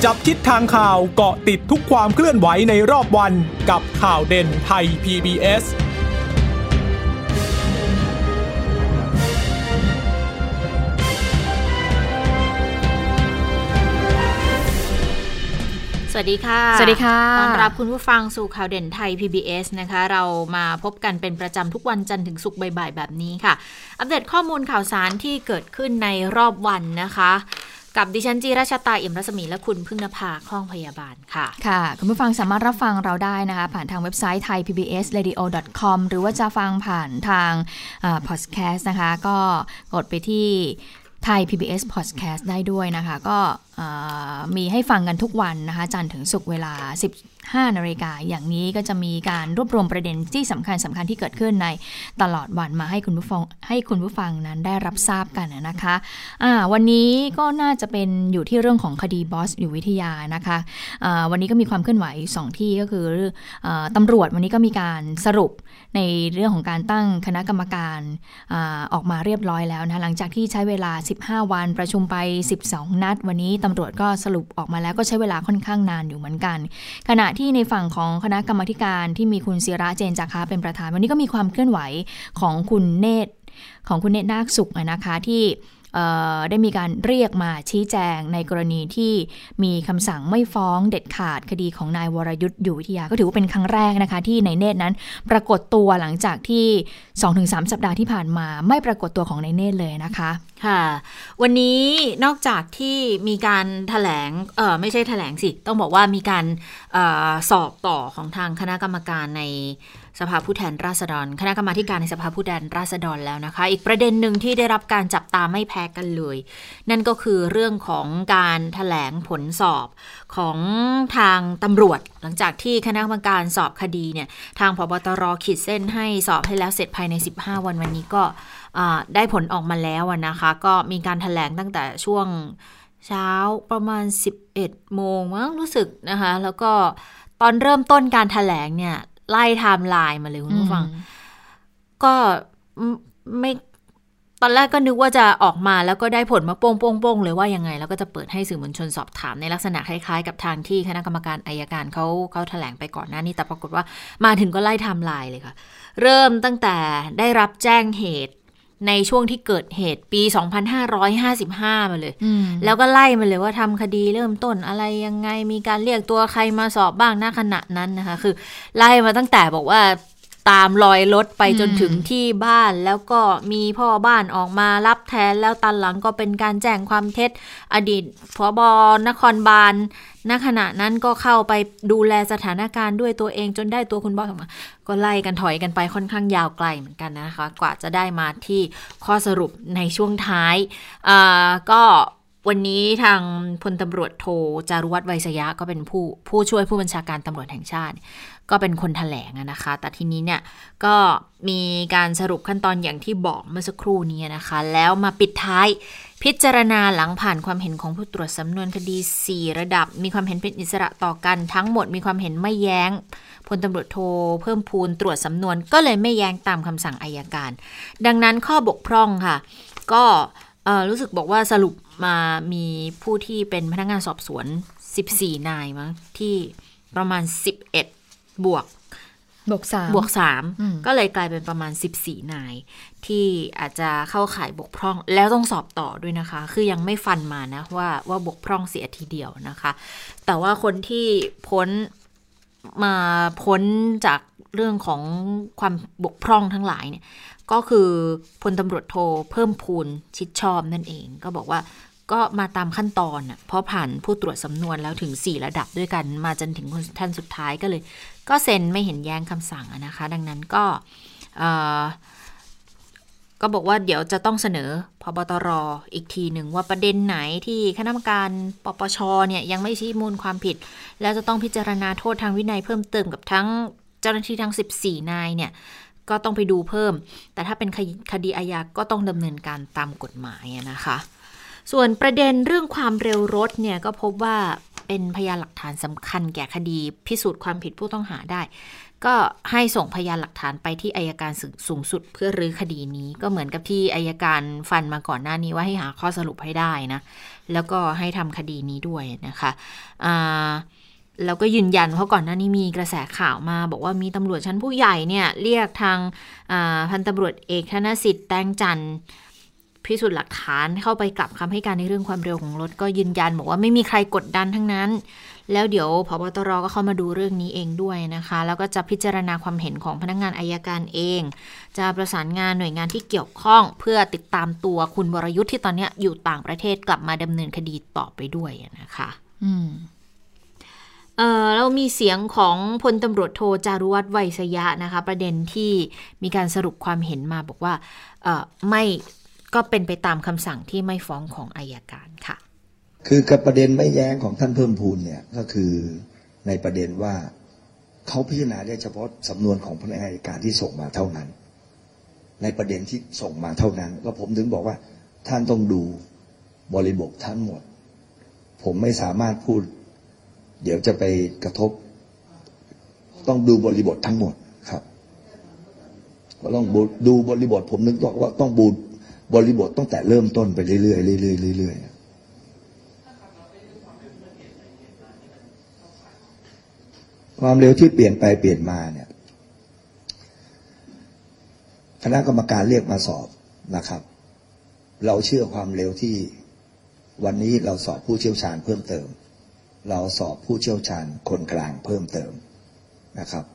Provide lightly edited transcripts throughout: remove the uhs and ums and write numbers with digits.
จับทิศทางข่าวเกาะติดทุกความเคลื่อนไหวในรอบวันกับข่าวเด่นไทย PBS สวัสดีค่ะสวัสดีค่ะต้อนรับคุณผู้ฟังสู่ข่าวเด่นไทย PBS นะคะเรามาพบกันเป็นประจำทุกวันจันทร์ถึงศุกร์บ่ายๆแบบนี้ค่ะอัปเดตข้อมูลข่าวสารที่เกิดขึ้นในรอบวันนะคะกับดิฉันจีราชตาเอี่ยมรัศมีและคุณพึ่งนภาคล่องพยาบาลค่ะค่ะคุณผู้ฟังสามารถรับฟังเราได้นะคะผ่านทางเว็บไซต์ thaipbsradio.com หรือว่าจะฟังผ่านทางpodcast นะคะก็กดไปที่Thai PBS Podcast ได้ด้วยนะคะก็มีให้ฟังกันทุกวันนะคะจันทร์ถึงศุกร์เวลา 15 นาฬิกาอย่างนี้ก็จะมีการรวบรวมประเด็นที่สำคัญที่เกิดขึ้นในตลอดวันมาให้คุณผู้ฟังนั้นได้รับทราบกันนะคะวันนี้ก็น่าจะเป็นอยู่ที่เรื่องของคดีบอสอยู่วิทยานะคะวันนี้ก็มีความเคลื่อนไหว2ที่ก็คือตำรวจวันนี้ก็มีการสรุปในเรื่องของการตั้งคณะกรรมการออกมาเรียบร้อยแล้วนะหลังจากที่ใช้เวลา15วันประชุมไป12นัดวันนี้ตำรวจก็สรุปออกมาแล้วก็ใช้เวลาค่อนข้างนานอยู่เหมือนกันขณะที่ในฝั่งของคณะกรรมาธิการที่มีคุณศิระเจนจาคะเป็นประธานวันนี้ก็มีความเคลื่อนไหวของคุณเนตรนาคสุขนะคะที่ได้มีการเรียกมาชี้แจงในกรณีที่มีคำสั่งไม่ฟ้องเด็ดขาดคดีของนายวรยุทธ์อยู่วิทยาก็ถือว่าเป็นครั้งแรกนะคะที่นายเนตรนั้นปรากฏตัวหลังจากที่ 2-3 สัปดาห์ที่ผ่านมาไม่ปรากฏตัวของนายเนตรเลยนะคะค่ะวันนี้นอกจากที่มีการแถลงไม่ใช่แถลงสิต้องบอกว่ามีการสอบต่อของทางคณะกรรมการในสภาผู้แทนราษฎรคณะกรรมาธิการในสภาผู้แทนราษฎรแล้วนะคะอีกประเด็นหนึ่งที่ได้รับการจับตาไม่แพ้กันเลยนั่นก็คือเรื่องของการแถลงผลสอบของทางตำรวจหลังจากที่คณะกรรมการสอบคดีเนี่ยทางผบตร.ขีดเส้นให้สอบให้แล้วเสร็จภายใน15วันวันนี้ก็ได้ผลออกมาแล้วนะคะก็มีการแถลงตั้งแต่ช่วงเช้าประมาณ11โมงมั้งรู้สึกนะคะแล้วก็ตอนเริ่มต้นการแถลงเนี่ยไล่ไทม์ไลน์มาเลยคุณผู้ฟังก็ไม่ตอนแรกก็นึกว่าจะออกมาแล้วก็ได้ผลมาโป้งเลยว่ายังไงแล้วก็จะเปิดให้สื่อมวลชนสอบถามในลักษณะคล้ายๆกับทางที่คณะกรรมการอัยการเขาแถลงไปก่อนหน้านี้แต่ปรากฏว่ามาถึงก็ไล่ไทม์ไลน์เลยค่ะเริ่มตั้งแต่ได้รับแจ้งเหตุในช่วงที่เกิดเหตุปี2555มาเลยแล้วก็ไล่มาเลยว่าทำคดีเริ่มต้นอะไรยังไงมีการเรียกตัวใครมาสอบบ้างณขณะนั้นนะคะคือไล่มาตั้งแต่บอกว่าตามรอยรถไปจนถึงที่บ้านแล้วก็มีพ่อบ้านออกมารับแทนแล้วตอนหลังก็เป็นการแจ้งความเท็จอดีตผบ.นครบาลณขณะนั้นก็เข้าไปดูแลสถานการณ์ด้วยตัวเองจนได้ตัวคุณบอสออกมาก็ไล่กันถอยกันไปค่อนข้างยาวไกลเหมือนกันนะคะกว่าจะได้มาที่ข้อสรุปในช่วงท้ายก็วันนี้ทางพลตำรวจโทจารุวัฒน์ไวยสยะก็เป็นผู้ช่วยผู้บัญชาการตำรวจแห่งชาติก็เป็นคนแถลงนะคะแต่ทีนี้เนี่ยก็มีการสรุปขั้นตอนอย่างที่บอกเมื่อสักครู่นี้นะคะแล้วมาปิดท้ายพิจารณาหลังผ่านความเห็นของผู้ตรวจสำนวนคดี4ระดับมีความเห็นเป็นอิสระต่อกันทั้งหมดมีความเห็นไม่แย้งพลตำรวจโทเพิ่มพูนตรวจสำนวนก็เลยไม่แย้งตามคำสั่งอัยการดังนั้นข้อบกพร่องค่ะก็รู้สึกบอกว่าสรุปมามีผู้ที่เป็นพนักงานสอบสวน14นายมั้งที่ประมาณ11บวก3ก็เลยกลายเป็นประมาณ14นายที่อาจจะเข้าข่ายบกพร่องแล้วต้องสอบต่อด้วยนะคะคือยังไม่ฟันมานะว่าบกพร่องเสียทีเดียวนะคะแต่ว่าคนที่พ้นจากเรื่องของความบกพร่องทั้งหลายเนี่ยก็คือพลตำรวจโทเพิ่มพูนชิดชอบนั่นเองก็บอกว่าก็มาตามขั้นตอนเพราะผ่านผู้ตรวจสำนวนแล้วถึง4ระดับด้วยกันมาจนถึงท่านสุดท้ายก็เซ็นไม่เห็นแย้งคำสั่งนะคะดังนั้นก็บอกว่าเดี๋ยวจะต้องเสนอพบตร.อีกทีหนึ่งว่าประเด็นไหนที่คณะกรรมการปปช.เนี่ยยังไม่ชี้มูลความผิดแล้วจะต้องพิจารณาโทษทางวินัยเพิ่มเติมกับทั้งเจ้าหน้าที่ทั้ง14นายเนี่ยก็ต้องไปดูเพิ่มแต่ถ้าเป็นคดีอาญาก็ต้องดำเนินการตามกฎหมายนะคะส่วนประเด็นเรื่องความเร็วรถเนี่ยก็พบว่าเป็นพยานหลักฐานสำคัญแก่คดีพิสูจน์ความผิดผู้ต้องหาได้ก็ให้ส่งพยานหลักฐานไปที่อัยการสูงสุดเพื่อรื้อคดีนี้ก็เหมือนกับที่อัยการฟันมาก่อนหน้านี้ว่าให้หาข้อสรุปให้ได้นะแล้วก็ให้ทำคดีนี้ด้วยนะคะแล้วก็ยืนยันเพราะก่อนหน้านี้มีกระแสข่าวมาบอกว่ามีตำรวจชั้นผู้ใหญ่เนี่ยเรียกทางพันตำรวจเอกธนสิทธิ์แตงจันทร์พิสูจน์หลักฐานเข้าไปกลับคำให้การในเรื่องความเร็วของรถก็ยืนยันบอกว่าไม่มีใครกดดันทั้งนั้นแล้วเดี๋ยวผบ.ตร.ก็เข้ามาดูเรื่องนี้เองด้วยนะคะแล้วก็จะพิจารณาความเห็นของพนักงานอัยการเองจะประสานงานหน่วยงานที่เกี่ยวข้องเพื่อติดตามตัวคุณวรยุทธ์ที่ตอนนี้อยู่ต่างประเทศกลับมาดำเนินคดีต่อไปด้วยนะคะแล้วมีเสียงของพลตำรวจโทจารุวัฒน์ไวยสยะนะคะประเด็นที่มีการสรุปความเห็นมาบอกว่าไม่ก็เป็นไปตามคำสั่งที่ไม่ฟ้องของอัยการค่ะคือกับประเด็นไม่แย้งของท่านเพิ่มพูนเนี่ยก็คือในประเด็นว่าเขาพิจารณาได้เฉพาะสำนวนของพนักงานอัยการที่ส่งมาเท่านั้นในประเด็นที่ส่งมาเท่านั้นก็ผมถึงบอกว่าท่านต้องดูบริบททั้งหมดผมไม่สามารถพูดเดี๋ยวจะไปกระทบต้องดูบริบททั้งหมดครับก็ต้องดูบริบทผมนึกว่าต้องดูบริบทตั้งแต่เริ่มต้นไปเรื่อยๆเรื่อยๆความเร็วที่เปลี่ยนไปเปลี่ยนมาเนี่ยคณะกรรมการเรียกมาสอบนะครับเราเชื่อความเร็วที่วันนี้เราสอบผู้เชี่ยวชาญเพิ่มเติมเราสอบผู้เชี่ยวชาญคนกลางเพิ่มเติมนะครับ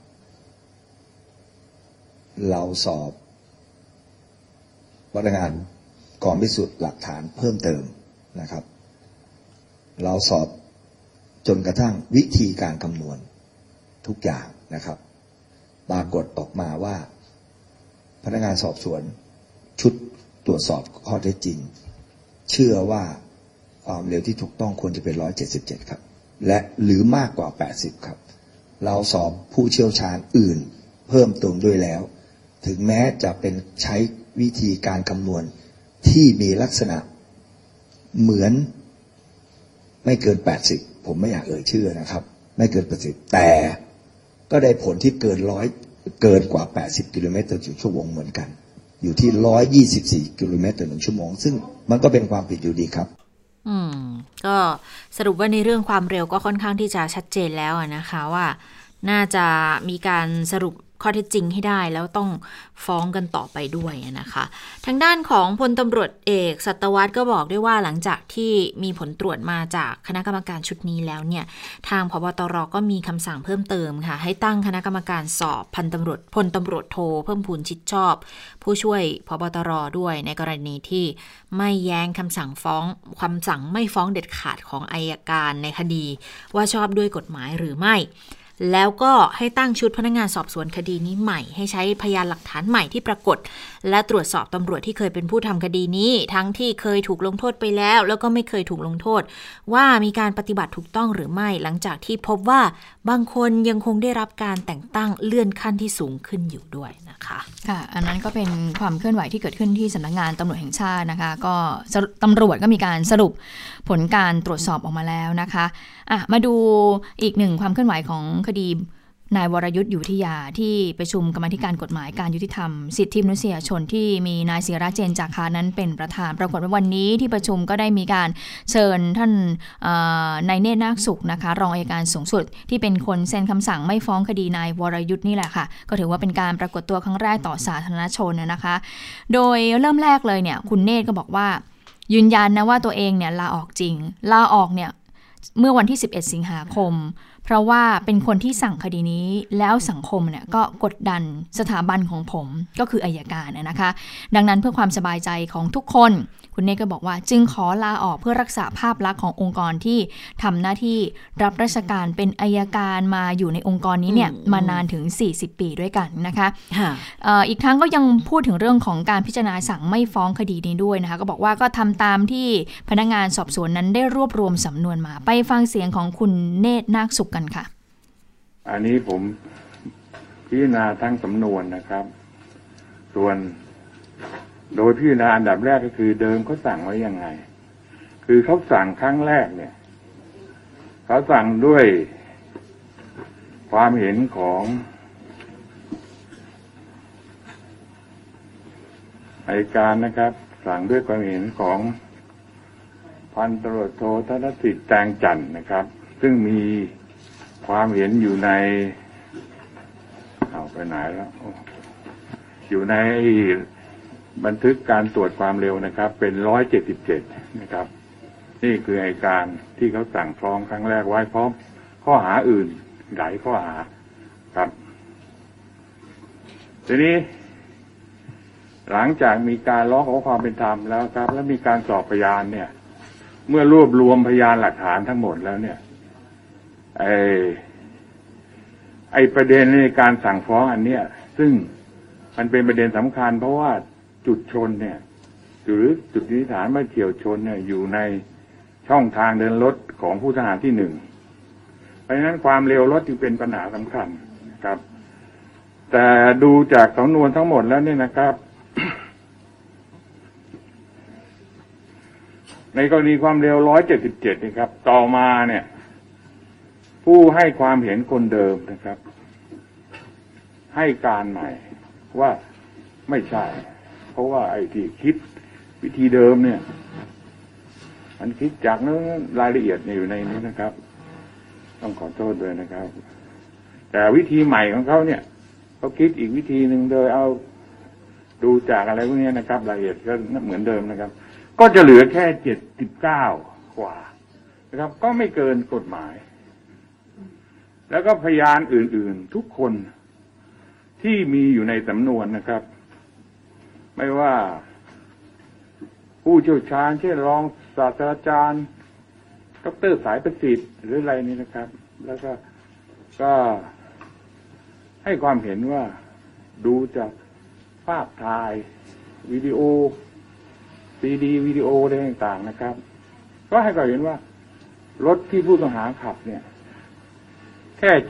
เราสอบพนักงานกองพิสูจน์หลักฐานเพิ่มเติมนะครับเราสอบจนกระทั่งวิธีการคำนวณทุกอย่างนะครับปรากฏออกมาว่าพนักงานสอบสวนชุดตรวจสอบข้อเท็จจริงเชื่อว่าความเร็วที่ถูกต้องควรจะเป็น177ครับและหรือมากกว่า80ครับเราสอบผู้เชี่ยวชาญอื่นเพิ่มเติมด้วยแล้วถึงแม้จะเป็นใช้วิธีการคำนวณที่มีลักษณะเหมือนไม่เกิน80ผมไม่อยากเอ่ยชื่อนะครับไม่เกิน80แต่ก็ได้ผลที่เกินกว่า80กิโลเมตรต่อชั่วโมงเหมือนกันอยู่ที่124กิโลเมตรต่อ1ชั่วโมงซึ่งมันก็เป็นความผิดอยู่ดีครับก็สรุปว่าในเรื่องความเร็วก็ค่อนข้างที่จะชัดเจนแล้วนะคะว่าน่าจะมีการสรุปข้อเท็จจริงให้ได้แล้วต้องฟ้องกันต่อไปด้วยนะคะทางด้านของพลตำรวจเอกสัตวัฒน์ก็บอกด้วยว่าหลังจากที่มีผลตรวจมาจากคณะกรรมการชุดนี้แล้วเนี่ยทางผบ.ตร.ก็มีคำสั่งเพิ่มเติมค่ะให้ตั้งคณะกรรมการสอบพลตำรวจโทเพิ่มพูนชิดชอบผู้ช่วยผบ.ตร.ด้วยในกรณีที่ไม่แย้งคำสั่งไม่ฟ้องเด็ดขาดของอัยการในคดีว่าชอบด้วยกฎหมายหรือไม่แล้วก็ให้ตั้งชุดพนักงานสอบสวนคดีนี้ใหม่ให้ใช้พยานหลักฐานใหม่ที่ปรากฏและตรวจสอบตำรวจที่เคยเป็นผู้ทำคดีนี้ทั้งที่เคยถูกลงโทษไปแล้วก็ไม่เคยถูกลงโทษว่ามีการปฏิบัติถูกต้องหรือไม่หลังจากที่พบว่าบางคนยังคงได้รับการแต่งตั้งเลื่อนขั้นที่สูงขึ้นอยู่ด้วยนะคะค่ะอันนั้นก็เป็นความเคลื่อนไหวที่เกิดขึ้นที่สำนักงานตำรวจแห่งชาตินะคะก็ตำรวจก็มีการสรุปผลการตรวจสอบออกมาแล้วนะคะมาดูอีกหนึ่งความเคลื่อนไหวของคดีนายวรยุทธ์อยู่วิทยาที่ประชุมกรรมาธิการกฎหมายการยุติธรรมสิทธิมนุษยชนที่มีนายศิระเจนจาคะนั้นเป็นประธานปรากฏว่าวันนี้ที่ประชุมก็ได้มีการเชิญท่านนายเนตรนาคสุขนะคะรองอัยการสูงสุดที่เป็นคนเซ็นคำสั่งไม่ฟ้องคดีนายวรยุทธ์นี่แหละค่ะก็ถือว่าเป็นการปรากฏตัวครั้งแรกต่อสาธารณชนนะคะโดยเริ่มแรกเลยเนี่ยคุณเนตรก็บอกว่ายืนยันนะว่าตัวเองเนี่ยลาออกจริงลาออกเนี่ยเมื่อวันที่11สิงหาคมเพราะว่าเป็นคนที่สั่งคดีนี้แล้วสังคมเนี่ยก็กดดันสถาบันของผมก็คืออัยการนะคะดังนั้นเพื่อความสบายใจของทุกคนคุณเนตรก็บอกว่าจึงขอลาออกเพื่อรักษาภาพลักษณ์ขององค์กรที่ทำหน้าที่รับราชการเป็นอัยการมาอยู่ในองค์กรนี้เนี่ยมานานถึง40 ปีด้วยกันนะคะอีกทั้งก็ยังพูดถึงเรื่องของการพิจารณาสั่งไม่ฟ้องคดีนี้ด้วยนะคะก็บอกว่าก็ทำตามที่พนักงานสอบสวนนั้นได้รวบรวมสำนวนมาไปฟังเสียงของคุณเนตรนาคสุขกันค่ะอันนี้ผมพิจารณาทั้งสำนวนนะครับส่วนโดยพิจารณาอันดับแรกก็คือเดิมเขาสั่งไว้ยังไงคือเขาสั่งครั้งแรกเนี่ยเขาสั่งด้วยความเห็นของอัยการนะครับสั่งด้วยความเห็นของพันตำรวจโทธนสิทธิ์แตงจันทร์นะครับซึ่งมีความเห็นอยู่ในเอาไปไหนแล้วอยู่ในบันทึกการตรวจความเร็วนะครับเป็น177นะครับนี่คืออัยการที่เขาสั่งฟ้องครั้งแรกไว้พร้อมข้อหาอื่นหลายข้อหาครับทีนี้หลังจากมีการร้องขอความเป็นธรรมแล้วครับแล้วมีการสอบพยานเนี่ยเมื่อรวบรวมพยานหลักฐานทั้งหมดแล้วเนี่ยไอ้ประเด็นในการสั่งฟ้องอันเนี้ยซึ่งมันเป็นประเด็นสำคัญเพราะว่าจุดชนเนี่ยหรือจุดนิฐานว่าเฉี่ยวชนเนี่ยอยู่ในช่องทางเดินรถของผู้ต้องหาที่หนึ่งเพราะฉะนั้นความเร็วรถจึงเป็นปัญหาสำคัญครับแต่ดูจากสำนวนทั้งหมดแล้วเนี่ยนะครับ ในกรณีความเร็ว177นี่ครับต่อมาเนี่ยผู้ให้ความเห็นคนเดิมนะครับให้การใหม่ว่าไม่ใช่เพราะว่าไอ้ที่คิดวิธีเดิมเนี่ยมันคิดจากเนื้อรายละเอียดอยู่ในนี้นะครับต้องขอโทษด้วยนะครับแต่วิธีใหม่ของเขาเนี่ยเขาคิดอีกวิธีหนึ่งโดยเอาดูจากอะไรพวกนี้นะครับรายละเอียดก็เหมือนเดิมนะครับก็จะเหลือแค่79กว่านะครับก็ไม่เกินกฎหมายแล้วก็พยานอื่นๆทุกคนที่มีอยู่ในสำนวนนะครับไม่ว่าผู้เชี่ยวชาญเช่นรองศาสตราจารย์ดร.สายประสิทธิ์หรืออะไรนี่นะครับแล้วก็ให้ความเห็นว่าดูจากภาพถ่ายวิดีโอซีดีวิดีโออะไรต่างๆนะครับก็ให้ความเห็นว่ารถที่ผู้ต้องหาขับเนี่ยแค่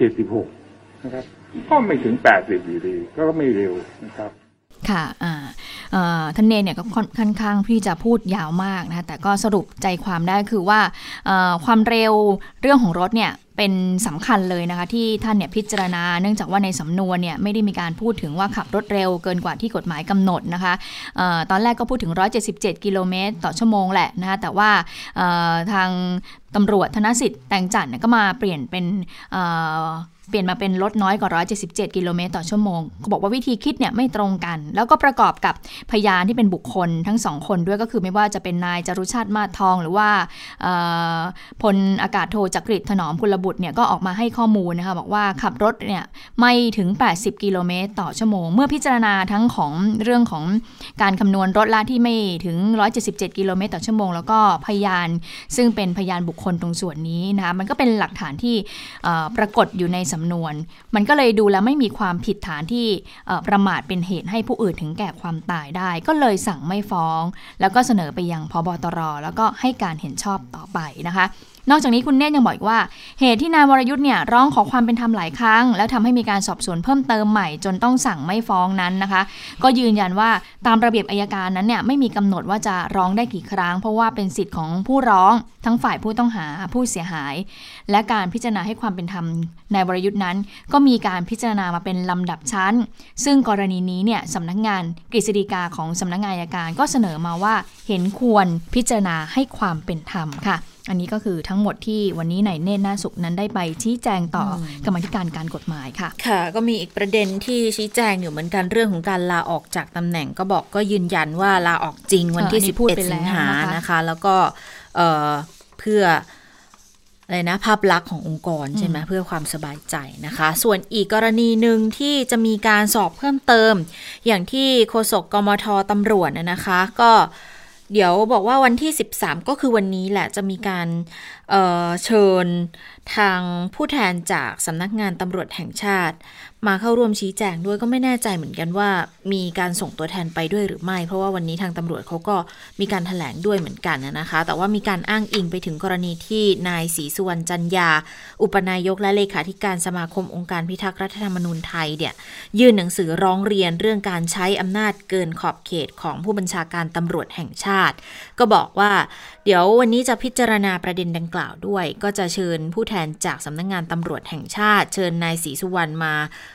76นะครับก็ไม่ถึง80อยู่ดีก็ไม่เร็วนะครับค่ะท่านเนรเนี่ยก็ค่อนข้างที่จะพูดยาวมากนะคะแต่ก็สรุปใจความได้คือว่าความเร็วเรื่องของรถเนี่ยเป็นสำคัญเลยนะคะที่ท่านเนี่ยพิจารณาเนื่องจากว่าในสำนวนเนี่ยไม่ได้มีการพูดถึงว่าขับรถเร็วเกินกว่าที่กฎหมายกำหนดนะคะตอนแรกก็พูดถึง177กิโลเมตรต่อชั่วโมงแหละนะคะแต่ว่าทางตำรวจธนสิทธิ์แตงจันทร์ก็มาเปลี่ยนมาเป็นลดน้อยกว่า177กิโลเมตรต่อชั่วโมงเขาบอกว่าวิธีคิดเนี่ยไม่ตรงกันแล้วก็ประกอบกับพยานที่เป็นบุคคลทั้ง2คนด้วยก็คือไม่ว่าจะเป็นนายจรุชาติมาสทองหรือว่าพลอากาศโทจักริดถนอมกุลบุตรเนี่ยก็ออกมาให้ข้อมูลนะคะบอกว่าขับรถเนี่ยไม่ถึง80กิโลเมตรต่อชั่วโมงเมื่อพิจารณาทั้งของเรื่องของการคำนวณรถละที่ไม่ถึง177กิโลเมตรต่อชั่วโมงแล้วก็พยานซึ่งเป็นพยานบุคคลตรงส่วนนี้นะคะมันก็เป็นหลักฐานที่ปรากฏอยู่ในสำนวนมันก็เลยดูแล้วไม่มีความผิดฐานที่ประมาทเป็นเหตุให้ผู้อื่นถึงแก่ความตายได้ก็เลยสั่งไม่ฟ้องแล้วก็เสนอไปยังผบ.ตร.แล้วก็ให้การเห็นชอบต่อไปนะคะนอกจากนี้คุณเนตรยังบอกอีกว่าเหตุที่นายวรยุทธ์เนี่ยร้องขอความเป็นธรรมหลายครั้งแล้วทำให้มีการสอบสวนเพิ่มเติมใหม่จนต้องสั่งไม่ฟ้องนั้นนะคะก็ยืนยันว่าตามระเบียบอัยการนั้นเนี่ยไม่มีกำหนดว่าจะร้องได้กี่ครั้งเพราะว่าเป็นสิทธิ์ของผู้ร้องทั้งฝ่ายผู้ต้องหาผู้เสียหายและการพิจารณาให้ความเป็นธรรมนายวรยุทธ์นั้นก็มีการพิจารณามาเป็นลำดับชั้นซึ่งกรณีนี้เนี่ยสำนักงานกฤษฎีกาของสำนักงานอัยการก็เสนอมาว่าเห็นควรพิจารณาให้ความเป็นธรรมค่ะอันนี้ก็คือทั้งหมดที่วันนี้นายเนตรนาสุขนั้นได้ไปชี้แจงต่อกรรมาธิการการกฎหมายค่ะค่ะก็มีอีกประเด็นที่ชี้แจงอยู่เหมือนกันเรื่องของการลาออกจากตำแหน่งก็ยืนยันว่าลาออกจริงวันที่11สิงหานะคะแล้วก็เพื่ออะไรนะภาพลักษณ์ขององค์กรใช่ไหมเพื่อความสบายใจนะคะส่วนอีกกรณีหนึ่งที่จะมีการสอบเพิ่มเติมอย่างที่โฆษกกมท.ตำรวจนะคะก็เดี๋ยวบอกว่าวันที่13ก็คือวันนี้แหละจะมีการเชิญทางผู้แทนจากสำนักงานตำรวจแห่งชาติมาเข้าร่วมชี้แจงด้วยก็ไม่แน่ใจเหมือนกันว่ามีการส่งตัวแทนไปด้วยหรือไม่เพราะว่าวันนี้ทางตำรวจเขาก็มีการแถลงด้วยเหมือนกันนะคะแต่ว่ามีการอ้างอิงไปถึงกรณีที่นายศรีสุวรรณจันยาอุปนายกและเลขาธิการสมาคมองค์การพิทักษ์รัฐธรรมนูญไทยเนี่ยยื่นหนังสือร้องเรียนเรื่องการใช้อำนาจเกินขอบเขตของผู้บัญชาการตำรวจแห่งชาติก็บอกว่าเดี๋ยววันนี้จะพิจารณาประเด็นดังกล่าวด้วยก็จะเชิญผู้แทนจากสำนักงานตำรวจแห่งชาติเชิญนายศรีสุวรรณมา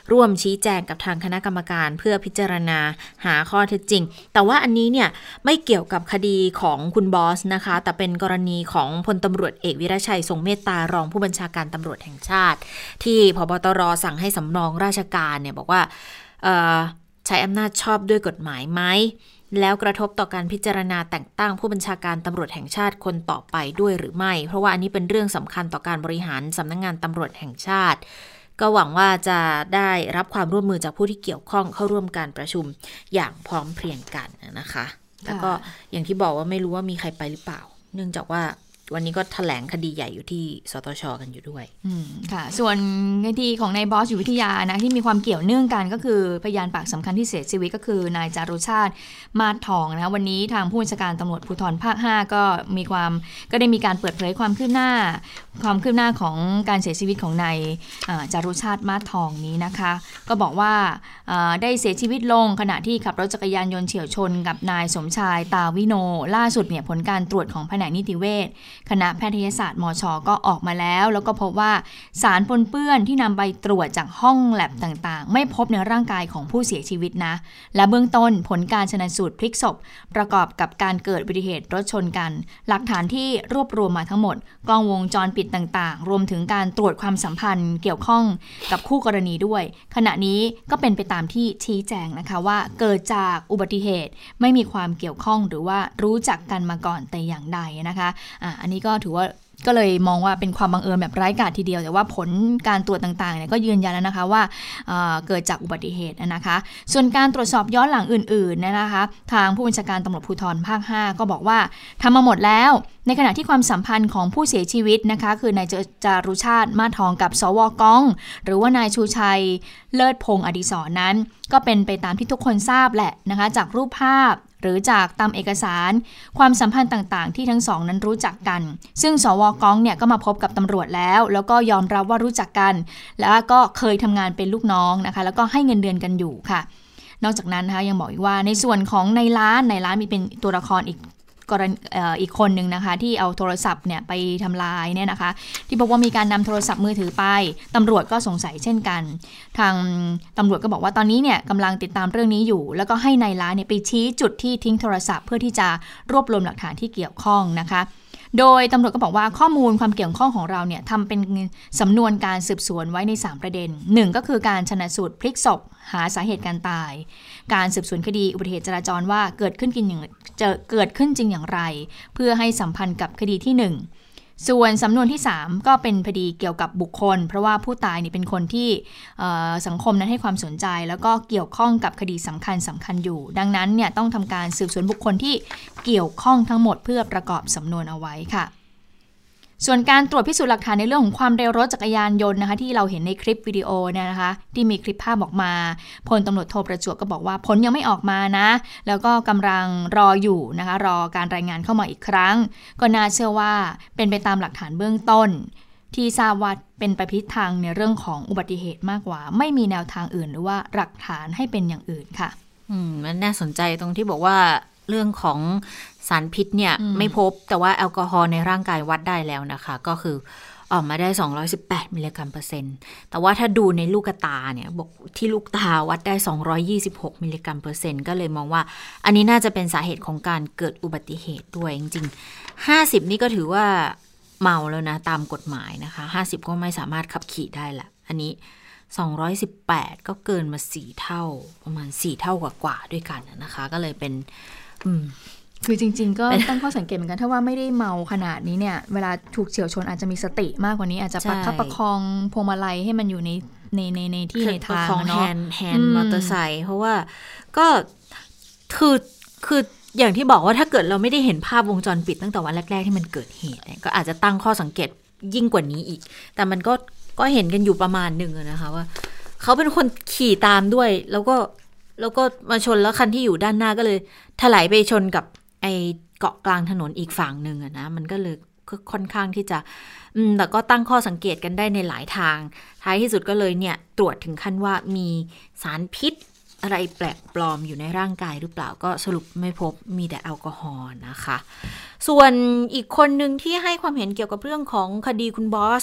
ร่วมชี้แจงกับทางคณะกรรมการเพื่อพิจารณาหาข้อเท็จจริงแต่ว่าอันนี้เนี่ยไม่เกี่ยวกับคดีของคุณบอสนะคะแต่เป็นกรณีของพลตำรวจเอกวิรชัยทรงเมตตารองผู้บัญชาการตำรวจแห่งชาติที่ผบตรสั่งให้สำรองราชการเนี่ยบอกว่าใช้อำนาจชอบด้วยกฎหมายไหมแล้วกระทบต่อการพิจารณาแต่งตั้งผู้บัญชาการตำรวจแห่งชาติคนต่อไปด้วยหรือไม่เพราะว่าอันนี้เป็นเรื่องสำคัญต่อการบริหารสำนักงานตำรวจแห่งชาติก็หวังว่าจะได้รับความร่วมมือจากผู้ที่เกี่ยวข้องเข้าร่วมการประชุมอย่างพร้อมเพรียงกันนะคะแล้วก็อย่างที่บอกว่าไม่รู้ว่ามีใครไปหรือเปล่าเนื่องจากว่าวันนี้ก็แถลงคดีใหญ่อยู่ที่สตช.กันอยู่ด้วยค่ะส่วนคดีของนายบอสอยู่วิทยานะที่มีความเกี่ยวเนื่องกันก็คือพยานปากสำคัญที่เสียชีวิตก็คือนายจารุชาติมาศทองนะคะวันนี้ทางผู้บัญชาการตำรวจภูธรภาค 5ก็ได้มีการเปิดเผยความคืบหน้าของการเสียชีวิตของนายจารุชาติมาศทองนี้นะคะก็บอกว่าได้เสียชีวิตลงขณะที่ขับรถจักรยานยนต์เฉี่ยวชนกับนายสมชายตาวิโนล่าสุดเนี่ยผลการตรวจของแผนกนิติเวชคณะแพทยศาสตร์มช.ก็ออกมาแล้วก็พบว่าสารปนเปื้อนที่นำไปตรวจจากห้องแลบต่างๆไม่พบในร่างกายของผู้เสียชีวิตนะและเบื้องต้นผลการชันสูตรพลิกศพประกอบกับการเกิดอุบัติเหตุรถชนกันหลักฐานที่รวบรวมมาทั้งหมดกล้องวงจรปิดต่างๆรวมถึงการตรวจความสัมพันธ์เกี่ยวข้องกับคู่กรณีด้วยขณะนี้ก็เป็นไปตามที่ชี้แจงนะคะว่าเกิดจากอุบัติเหตุไม่มีความเกี่ยวข้องหรือว่ารู้จักกันมาก่อนแต่อย่างใดนะคะอันนี้ก็ถือว่าก็เลยมองว่าเป็นความบังเอิญแบบไร้กาจทีเดียวแต่ว่าผลการตรวจต่างๆเนี่ยก็ยืนยันแล้วนะคะว่าเกิดจากอุบัติเหตุนะคะส่วนการตรวจสอบย้อนหลังอื่นๆนะคะทางผู้บัญชาการตำรวจภูธรภาค 5ก็บอกว่าทำมาหมดแล้วในขณะที่ความสัมพันธ์ของผู้เสียชีวิตนะคะคือนายจารุชาติมาศทองกับสว.ก้องหรือว่านายชูชัยเลิศพงษ์อดิศรนั้นก็เป็นไปตามที่ทุกคนทราบแหละนะคะจากรูปภาพหรือจากตามเอกสารความสัมพันธ์ต่างๆที่ทั้งสองนั้นรู้จักกันซึ่งสว.ก้องเนี่ยก็มาพบกับตำรวจแล้วก็ยอมรับว่ารู้จักกันแล้วก็เคยทำงานเป็นลูกน้องนะคะแล้วก็ให้เงินเดือนกันอยู่ค่ะนอกจากนั้นนะคะยังบอกอีกว่าในส่วนของในร้านมีเป็นตัวละครอีกคนนึงนะคะที่เอาโทรศัพท์เนี่ยไปทำลายเนี่ยนะคะที่บอกว่ามีการนำโทรศัพท์มือถือไปตำรวจก็สงสัยเช่นกันทางตำรวจก็บอกว่าตอนนี้เนี่ยกำลังติดตามเรื่องนี้อยู่แล้วก็ให้นายร้านเนี่ยไปชี้จุดที่ทิ้งโทรศัพท์เพื่อที่จะรวบรวมหลักฐานที่เกี่ยวข้องนะคะโดยตำรวจก็บอกว่าข้อมูลความเกี่ยวข้องของเราเนี่ยทำเป็นสำนวนการสืบสวนไว้ใน3ประเด็น1ก็คือการชันสูตรพลิกศพหาสาเหตุการตายการสืบสวนคดีอุบัติเหตุจราจรว่าเกิดขึ้นจริงอย่างไรเพื่อให้สัมพันธ์กับคดีที่1ส่วนสำนวนที่3ก็เป็นคดีเกี่ยวกับบุคคลเพราะว่าผู้ตายนี่เป็นคนที่สังคมนั้นให้ความสนใจแล้วก็เกี่ยวข้องกับคดีสำคัญอยู่ดังนั้นเนี่ยต้องทำการสืบสวนบุคคลที่เกี่ยวข้องทั้งหมดเพื่อประกอบสำนวนเอาไว้ค่ะส่วนการตรวจพิสูจน์หลักฐานในเรื่องของความเร็วรถจักรยานยนต์นะคะที่เราเห็นในคลิปวิดีโอเนี่ยนะคะที่มีคลิปภาพออกมาพลตำรวจโทประจวบก็บอกว่าผลยังไม่ออกมานะแล้วก็กำลังรออยู่นะคะรอการรายงานเข้ามาอีกครั้งก็น่าเชื่อว่าเป็นไปตามหลักฐานเบื้องต้นที่ทราบว่าเป็นไปทิศทางในเรื่องของอุบัติเหตุมากกว่าไม่มีแนวทางอื่นหรือว่าหลักฐานให้เป็นอย่างอื่นค่ะมันน่าสนใจตรงที่บอกว่าเรื่องของสารพิษเนี่ยไม่พบแต่ว่าแอลกอฮอล์ในร่างกายวัดได้แล้วนะคะก็คือออกมาได้218มิลลิกรัมเปอร์เซ็นต์แต่ว่าถ้าดูในลูกตาเนี่ยบอกที่ลูกตาวัดได้226มิลลิกรัมเปอร์เซ็นต์ก็เลยมองว่าอันนี้น่าจะเป็นสาเหตุของการเกิดอุบัติเหตุด้วยจริงๆ50นี่ก็ถือว่าเมาแล้วนะตามกฎหมายนะคะ50ก็ไม่สามารถขับขี่ได้ละอันนี้218ก็เกินมา4เท่าประมาณ4เท่ากว่าด้วยกันนะคะก็เลยเป็นคือจริงๆก็ตั้งข้อสังเกตเหมือนกันถ้าว่าไม่ได้เมาขนาดนี้เนี่ยเวลาถูกเฉี่ยวชนอาจจะมีสติมากกว่านี้อาจจะประคับประคองพวงมาลัยให้มันอยู่ในที่ในทางเนาะแฮนด์มอเตอร์ไซค์เพราะว่าก็คืออย่างที่บอกว่าถ้าเกิดเราไม่ได้เห็นภาพวงจรปิดตั้งแต่วันแรกๆที่มันเกิดเหตุก็อาจจะตั้งข้อสังเกตยิ่งกว่านี้อีกแต่มันก็เห็นกันอยู่ประมาณนึงนะคะว่าเขาเป็นคนขี่ตามด้วยแล้วก็มาชนแล้วคันที่อยู่ด้านหน้าก็เลยถลายไปชนกับไอ้เกาะกลางถนนอีกฝั่งนึงนะมันก็เลยค่อนข้างที่จะแต่ก็ตั้งข้อสังเกตกันได้ในหลายทางท้ายที่สุดก็เลยเนี่ยตรวจถึงขั้นว่ามีสารพิษอะไรแปลกปลอมอยู่ในร่างกายหรือเปล่าก็สรุปไม่พบมีแต่แอลกอฮอล์นะคะส่วนอีกคนนึงที่ให้ความเห็นเกี่ยวกับเรื่องของคดีคุณบอส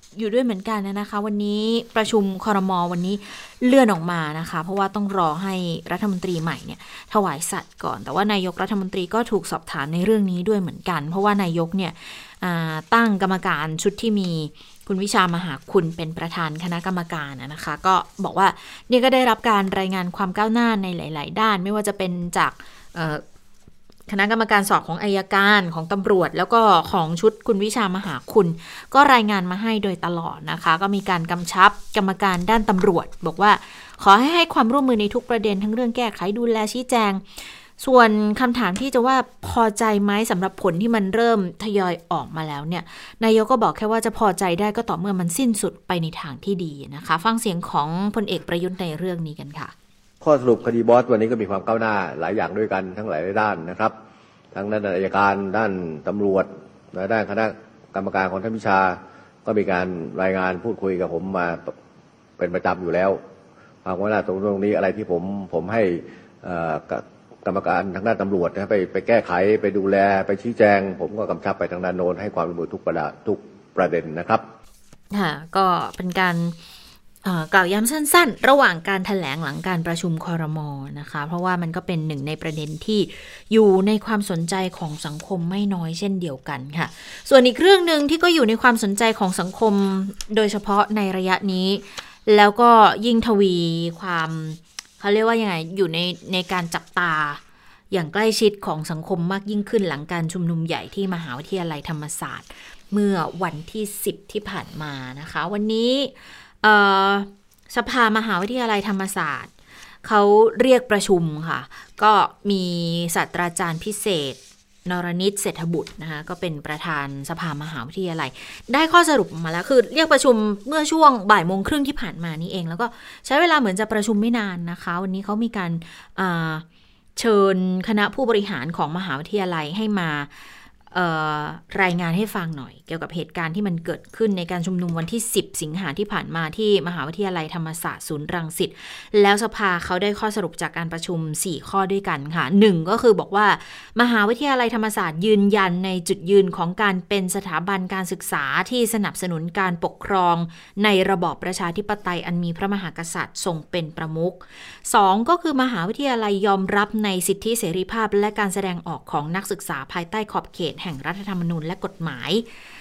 อยู่ด้วยเหมือนกันนะคะวันนี้ประชุมครม.วันนี้เลื่อนออกมานะคะเพราะว่าต้องรอให้รัฐมนตรีใหม่เนี่ยถวายสัตย์ก่อนแต่ว่านายกรัฐมนตรีก็ถูกสอบถามในเรื่องนี้ด้วยเหมือนกันเพราะว่านายกเนี่ยตั้งกรรมการชุดที่มีคุณวิชามหาคุณเป็นประธานคณะกรรมการนะคะก็บอกว่านี่ก็ได้รับการรายงานความก้าวหน้าในหลายๆด้านไม่ว่าจะเป็นจากคณะกรรมการสอบของอัยการของตำรวจแล้วก็ของชุดคุณวิชามหาคุณก็รายงานมาให้โดยตลอดนะคะก็มีการกำชับกรรมการด้านตำรวจบอกว่าขอให้ความร่วมมือในทุกประเด็นทั้งเรื่องแก้ไขดูแลชี้แจงส่วนคำถามที่จะว่าพอใจไหมสำหรับผลที่มันเริ่มทยอยออกมาแล้วเนี่ยนายกก็บอกแค่ว่าจะพอใจได้ก็ต่อเมื่อมันสิ้นสุดไปในทางที่ดีนะคะฟังเสียงของพลเอกประยุทธ์ในเรื่องนี้กันค่ะข้อสรุปคดีบอสวันนี้ก็มีความก้าวหน้าหลายอย่างด้วยกันทั้งหลายด้านนะครับทั้งด้านอัยการด้านตำรวจและด้านคณะกรรมการของท่านวิชาก็มีการรายงานพูดคุยกับผมมาเป็นประจำอยู่แล้วความก้าวหน้าตรงนี้อะไรที่ผมให้กรรมการทางด้านตำรวจไปแก้ไขไปดูแลไปชี้แจงผมก็กำชับไปทางด้านโน้นให้ความร่วมมือทุกประเด็นนะครับค่ะก็เป็นการกล่าวย้ำสั้นๆระหว่างการแถลงหลังการประชุมครม.นะคะเพราะว่ามันก็เป็นหนึ่งในประเด็นที่อยู่ในความสนใจของสังคมไม่น้อยเช่นเดียวกันค่ะส่วนอีกเรื่องนึงที่ก็อยู่ในความสนใจของสังคมโดยเฉพาะในระยะนี้แล้วก็ยิ่งทวีความเขาเรียกว่ายังไงอยู่ในการจับตาอย่างใกล้ชิดของสังคมมากยิ่งขึ้นหลังการชุมนุมใหญ่ที่มหาวิทยาลัยธรรมศาสตร์เมื่อวันที่10ที่ผ่านมานะคะวันนี้สภามหาวิทยาลัยธรรมศาสตร์เขาเรียกประชุมค่ะก็มีศาสตราจารย์พิเศษนรณิตเศรษฐบุตรนะคะก็เป็นประธานสภามหาวิทยาลัยได้ข้อสรุปออกมาแล้วคือเรียกประชุมเมื่อช่วงบ่ายโมงครึ่งที่ผ่านมานี้เองแล้วก็ใช้เวลาเหมือนจะประชุมไม่นานนะคะวันนี้เขามีการเชิญคณะผู้บริหารของมหาวิทยาลัยให้มารายงานให้ฟังหน่อยเกี่ยวกับเหตุการณ์ที่มันเกิดขึ้นในการชุมนุมวันที่10สิงหาที่ผ่านมาที่มหาวิทยาลัยธรรมศาสตร์ศูนย์รังสิตแล้วสภาเขาได้ข้อสรุปจากการประชุม4ข้อด้วยกันค่ะ1ก็คือบอกว่ามหาวิทยาลัยธรรมศาสตร์ยืนยันในจุดยืนของการเป็นสถาบันการศึกษาที่สนับสนุนการปกครองในระบอบประชาธิปไตยอันมีพระมหากษัตริย์ทรงเป็นประมุข2ก็คือมหาวิทยาลัยยอมรับในสิทธิเสรีภาพและการแสดงออกของนักศึกษาภายใต้ขอบเขตแห่งรัฐธรรมนูญและกฎหมาย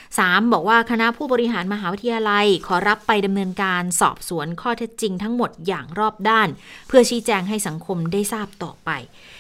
3. บอกว่าคณะผู้บริหารมหาวิทยาลัยขอรับไปดำเนินการสอบสวนข้อเท็จจริงทั้งหมดอย่างรอบด้านเพื่อชี้แจงให้สังคมได้ทราบต่อไป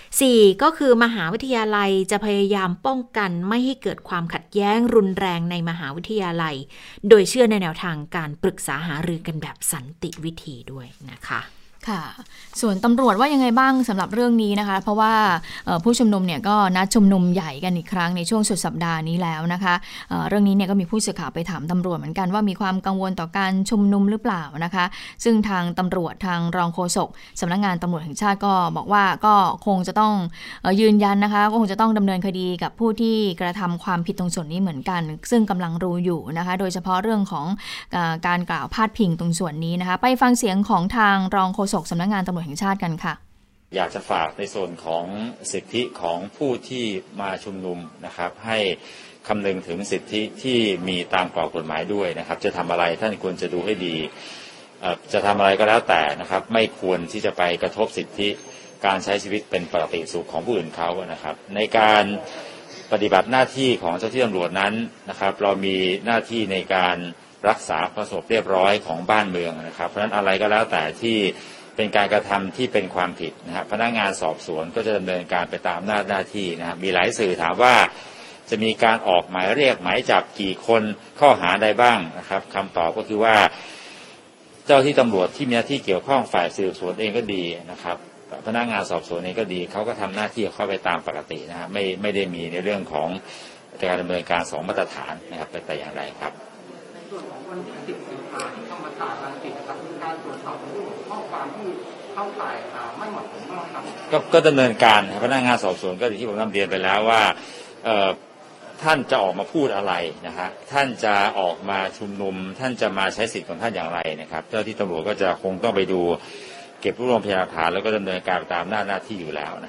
4. ก็คือมหาวิทยาลัยจะพยายามป้องกันไม่ให้เกิดความขัดแย้งรุนแรงในมหาวิทยาลัยโดยเชื่อในแนวทางการปรึกษาหารือกันแบบสันติวิธีด้วยนะคะค่ะส่วนตำรวจว่ายังไงบ้างสำหรับเรื่องนี้นะคะเพราะว่าผู้ชุมนุมเนี่ยก็นัดชุมนุมใหญ่กันอีกครั้งในช่วงสุดสัปดาห์นี้แล้วนะคะเรื่องนี้เนี่ยก็มีผู้สื่อข่าวไปถามตำรวจเหมือนกันว่ามีความกังวลต่อการชุมนุมหรือเปล่านะคะซึ่งทางตำรวจทางรองโฆษกสำนักงานตำรวจแห่งชาติก็บอกว่าก็คงจะต้องยืนยันนะคะก็คงจะต้องดำเนินคดีกับผู้ที่กระทำความผิดตรงส่วนนี้เหมือนกันซึ่งกำลังรู้อยู่นะคะโดยเฉพาะเรื่องของการกล่าวพาดพิงตรงส่วนนี้นะคะไปฟังเสียงของทางรองโฆษกสำนักงานตำรวจแห่งชาติกันค่ะอยากจะฝากในส่วนของสิทธิของผู้ที่มาชุมนุมนะครับให้คำนึงถึงสิทธิที่มีตามกรอบกฎหมายด้วยนะครับจะทำอะไรท่านควรจะดูให้ดีจะทำอะไรก็แล้วแต่นะครับไม่ควรที่จะไปกระทบสิทธิการใช้ชีวิตเป็นปกติสุขของผู้อื่นเขานะครับในการปฏิบัติหน้าที่ของเจ้าที่ตำรวจนั้นนะครับเรามีหน้าที่ในการรักษาความสงบเรียบร้อยของบ้านเมืองนะครับเพราะฉะนั้นอะไรก็แล้วแต่ที่เป็นการกระทำที่เป็นความผิดนะครับพนักงานสอบสวนก็จะดำเนินการไปตามหน้าที่นะครับมีหลายสื่อถามว่าจะมีการออกหมายเรียกหมายจับกี่คนข้อหาใดบ้างนะครับคำตอบก็คือว่าเจ้าที่ตำรวจที่มีหน้าที่เกี่ยวข้องฝ่ายสืบสวนเองก็ดีนะครับพนักงานสอบสวนเองก็ดีเขาก็ทำหน้าที่เข้าไปตามปกตินะครับไม่ได้มีในเรื่องของการดำเนินการ2มาตรฐานนะครับแต่อย่างไรครับในส่วนของวันที่10สิงหาคมที่ธรรมศาสตร์รังสิตนะครับมีการตรวจสอบเรื่องข้อความที่เข้าข่ายไม่เหมาะสมบ้างครับก็ดำเนินการพนักงานสอบสวนก็ที่ผมนำเรียนไปแล้วว่าท่านจะออกมาพูดอะไรนะฮะท่านจะออกมาชุมนุมท่านจะมาใช้สิทธิ์ของท่านอย่างไรนะครับเจ้าที่ตำรวจก็จะคงต้องไปดูเก็บรวบรวมพยานหลักฐานแล้วก็ดำเนินการตามหน้าที่อยู่แล้วนะครับ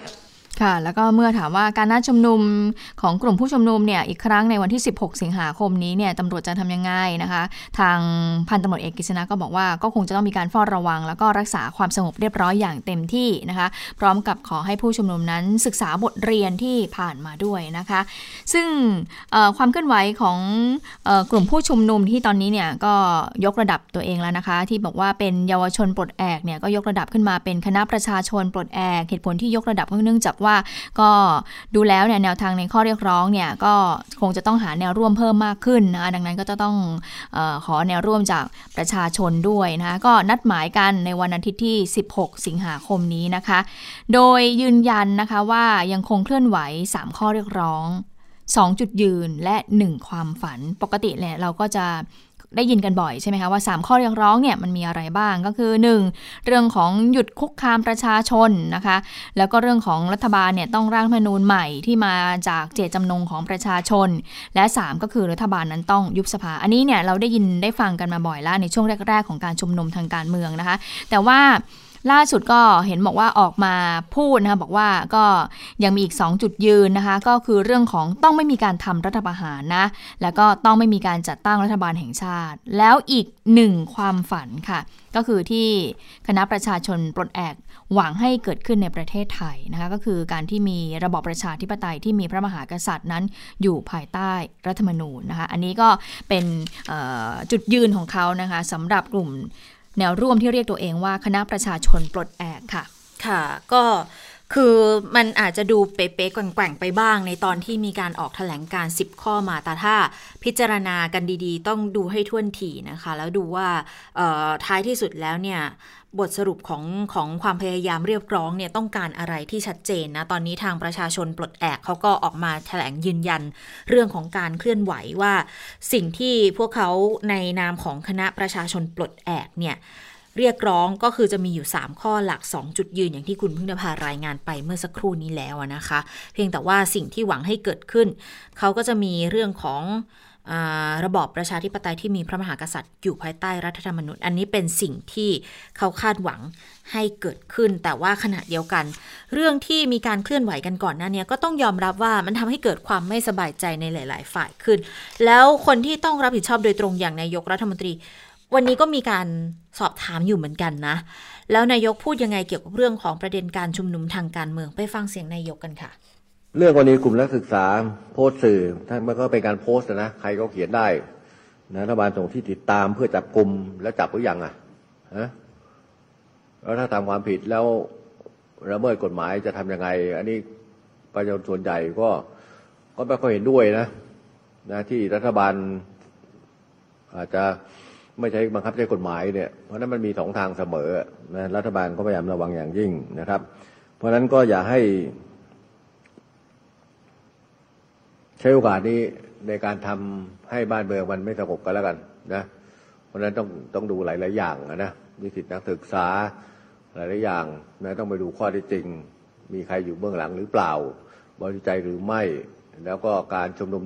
ค่ะแล้วก็เมื่อถามว่าการนัดชุมนุมของกลุ่มผู้ชุมนุมเนี่ยอีกครั้งในวันที่16สิงหาคมนี้เนี่ยตำรวจจะทำยังไงนะคะทางพันตำรวจเอกกฤษณะก็บอกว่าก็คงจะต้องมีการเฝ้าระวังแล้วก็รักษาความสงบเรียบร้อยอย่างเต็มที่นะคะพร้อมกับขอให้ผู้ชุมนุมนั้นศึกษาบทเรียนที่ผ่านมาด้วยนะคะซึ่งความเคลื่อนไหวของกลุ่มผู้ชุมนุมที่ตอนนี้เนี่ยก็ยกระดับตัวเองแล้วนะคะที่บอกว่าเป็นเยาวชนปลดแอกเนี่ยก็ยกระดับขึ้นมาเป็นคณะประชาชนปลดแอกเหตุผลที่ยกระดับก็เนื่องจากว่าก็ดูแล้วเนี่ยแนวทางในข้อเรียกร้องเนี่ยก็คงจะต้องหาแนวร่วมเพิ่มมากขึ้นนะคะดังนั้นก็จะต้องขอแนวร่วมจากประชาชนด้วยนะคะก็นัดหมายกันในวันอาทิตย์ที่16สิงหาคมนี้นะคะโดยยืนยันนะคะว่ายังคงเคลื่อนไหว3ข้อเรียกร้อง2จุดยืนและ1ความฝันปกติเนี่ยเราก็จะได้ยินกันบ่อยใช่ไหมคะว่า3ข้อเรียกร้องเนี่ยมันมีอะไรบ้างก็คือ1เรื่องของหยุดคุกคามประชาชนนะคะแล้วก็เรื่องของรัฐบาลเนี่ยต้องร่างรัฐธรรมนูญใหม่ที่มาจากเจตจำนงของประชาชนและ3ก็คือรัฐบาลนั้นต้องยุบสภาอันนี้เนี่ยเราได้ยินได้ฟังกันมาบ่อยแล้วในช่วงแรกๆของการชุมนุมทางการเมืองนะคะแต่ว่าล่าสุดก็เห็นบอกว่าออกมาพูดนะคะบอกว่าก็ยังมีอีก2จุดยืนนะคะก็คือเรื่องของต้องไม่มีการทำรัฐประหารนะแล้วก็ต้องไม่มีการจัดตั้งรัฐบาลแห่งชาติแล้วอีก1ความฝันค่ะก็คือที่คณะประชาชนปลดแอกหวังให้เกิดขึ้นในประเทศไทยนะคะก็คือการที่มีระบอบประชาธิปไตยที่มีพระมหากษัตริย์นั้นอยู่ภายใต้รัฐธรรมนูญนะคะอันนี้ก็เป็นจุดยืนของเขานะคะสำหรับกลุ่มแนวร่วมที่เรียกตัวเองว่าคณะประชาชนปลดแอกค่ะค่ะก็คือมันอาจจะดูเป๊ะๆแกว่งๆไปบ้างในตอนที่มีการออกแถลงการ10ข้อมาแต่ถ้าพิจารณากันดีๆต้องดูให้ถ้วนถี่นะคะแล้วดูว่าท้ายที่สุดแล้วเนี่ยบทสรุปของความพยายามเรียกร้องเนี่ยต้องการอะไรที่ชัดเจนนะตอนนี้ทางประชาชนปลดแอกเขาก็ออกมาแถลงยืนยันเรื่องของการเคลื่อนไหวว่าสิ่งที่พวกเขาในนามของคณะประชาชนปลดแอกเนี่ยเรียกร้องก็คือจะมีอยู่3ข้อหลัก2จุดยืนอย่างที่คุณพึ่งนภารายงานไปเมื่อสักครู่นี้แล้วนะคะเพียงแต่ว่าสิ่งที่หวังให้เกิดขึ้นเขาก็จะมีเรื่องของระบอบประชาธิปไตยที่มีพระมหากษัตริย์อยู่ภายใต้รัฐธรรมนูญอันนี้เป็นสิ่งที่เขาคาดหวังให้เกิดขึ้นแต่ว่าขณะเดียวกันเรื่องที่มีการเคลื่อนไหวกันก่อนหน้านี้ก็ต้องยอมรับว่ามันทำให้เกิดความไม่สบายใจในหลายๆฝ่ายขึ้นแล้วคนที่ต้องรับผิดชอบโดยตรงอย่างนายกรัฐมนตรีวันนี้ก็มีการสอบถามอยู่เหมือนกันนะแล้วนายกพูดยังไงเกี่ยวกับเรื่องของประเด็นการชุมนุมทางการเมืองไปฟังเสียงนายกกันค่ะเรื่องวันนี้กลุ่มนักศึกษาโพสต์สื่อท่านมันก็เป็นการโพสต์นะใครก็เขียนได้นะรัฐบาลส่งที่ติดตามเพื่อจับกุมแล้วจับหรือยังแล้วถ้าทำความผิดแล้วละเมิดกฎหมายจะทำยังไงอันนี้ประชาชนส่วนใหญ่ก็ไม่ค่อยเห็นด้วยนะที่รัฐบาลอาจจะไม่ใช้บังคับใช้กฎหมายเนี่ยเพราะนั้นมันมี2ทางเสมอนะรัฐบาลก็พยายามระวังอย่างยิ่งนะครับเพราะนั้นก็อย่าให้ใช้โอกาสนี้ในการทำให้บ้านเมืองมันไม่สงบกันแล้วกันนะเพราะนั้นต้องดูหลายๆอย่างนะนิสิตนักศึกษาหลายๆอย่างนะต้องไปดูข้อเท็จจริงมีใครอยู่เบื้องหลังหรือเปล่าบริสุทธิ์ใจหรือไม่แล้วก็การชุมนุม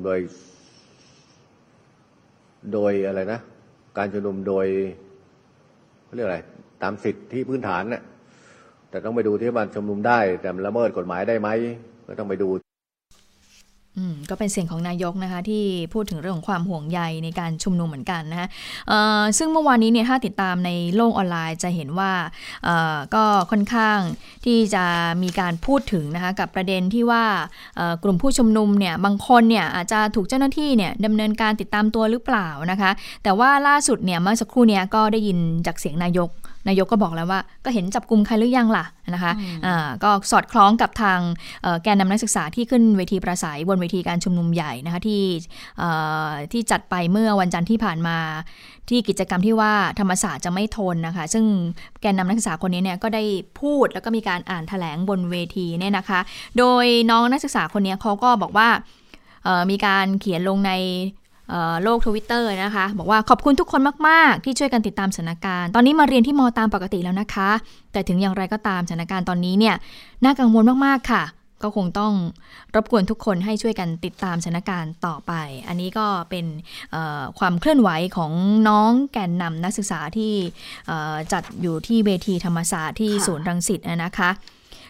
โดยอะไรนะการชุมนุมโดยเขาเรียกอะไรตามสิทธิพื้นฐานน่ะแต่ต้องไปดูที่มันชุมนุมได้แต่ละเมิดกฎหมายได้ไหมก็ต้องไปดูก็เป็นเสียงของนายกนะคะที่พูดถึงเรื่องของความห่วงใยในการชุมนุมเหมือนกันนะคะซึ่งเมื่อวานนี้เนี่ยถ้าติดตามในโลกออนไลน์จะเห็นว่าก็ค่อนข้างที่จะมีการพูดถึงนะคะกับประเด็นที่ว่ากลุ่มผู้ชุมนุมเนี่ยบางคนเนี่ยอาจจะถูกเจ้าหน้าที่เนี่ยดำเนินการติดตามตัวหรือเปล่านะคะแต่ว่าล่าสุดเนี่ยเมื่อสักครู่นี้ก็ได้ยินจากเสียงนายกก็บอกแล้วว่าก็เห็นจับกุมใครหรือยังล่ะนะคะก็สอดคล้องกับทางแกนนำนักศึกษาที่ขึ้นเวทีปราศัยบนเวทีการชุมนุมใหญ่นะคะที่จัดไปเมื่อวันจันทร์ที่ผ่านมาที่กิจกรรมที่ว่าธรรมศาสตร์จะไม่ทนนะคะซึ่งแกนนำนักศึกษาคนนี้เนี่ยก็ได้พูดแล้วก็มีการอ่านแถลงบนเวทีเนี่ยนะคะโดยน้องนักศึกษาคนนี้เขาก็บอกว่ามีการเขียนลงในโลก Twitter นะคะบอกว่าขอบคุณทุกคนมากๆที่ช่วยกันติดตามสถานการณ์ตอนนี้มาเรียนที่ม.ตามปกติแล้วนะคะแต่ถึงอย่างไรก็ตามสถานการณ์ตอนนี้เนี่ยน่ากังวลมากๆค่ะก็คงต้องรบกวนทุกคนให้ช่วยกันติดตามสถานการณ์ต่อไปอันนี้ก็เป็นความเคลื่อนไหวของน้องแกนนำนักศึกษาที่จัดอยู่ที่เวทีธรรมศาสตร์ที่ศูนย์รังสิตนะคะ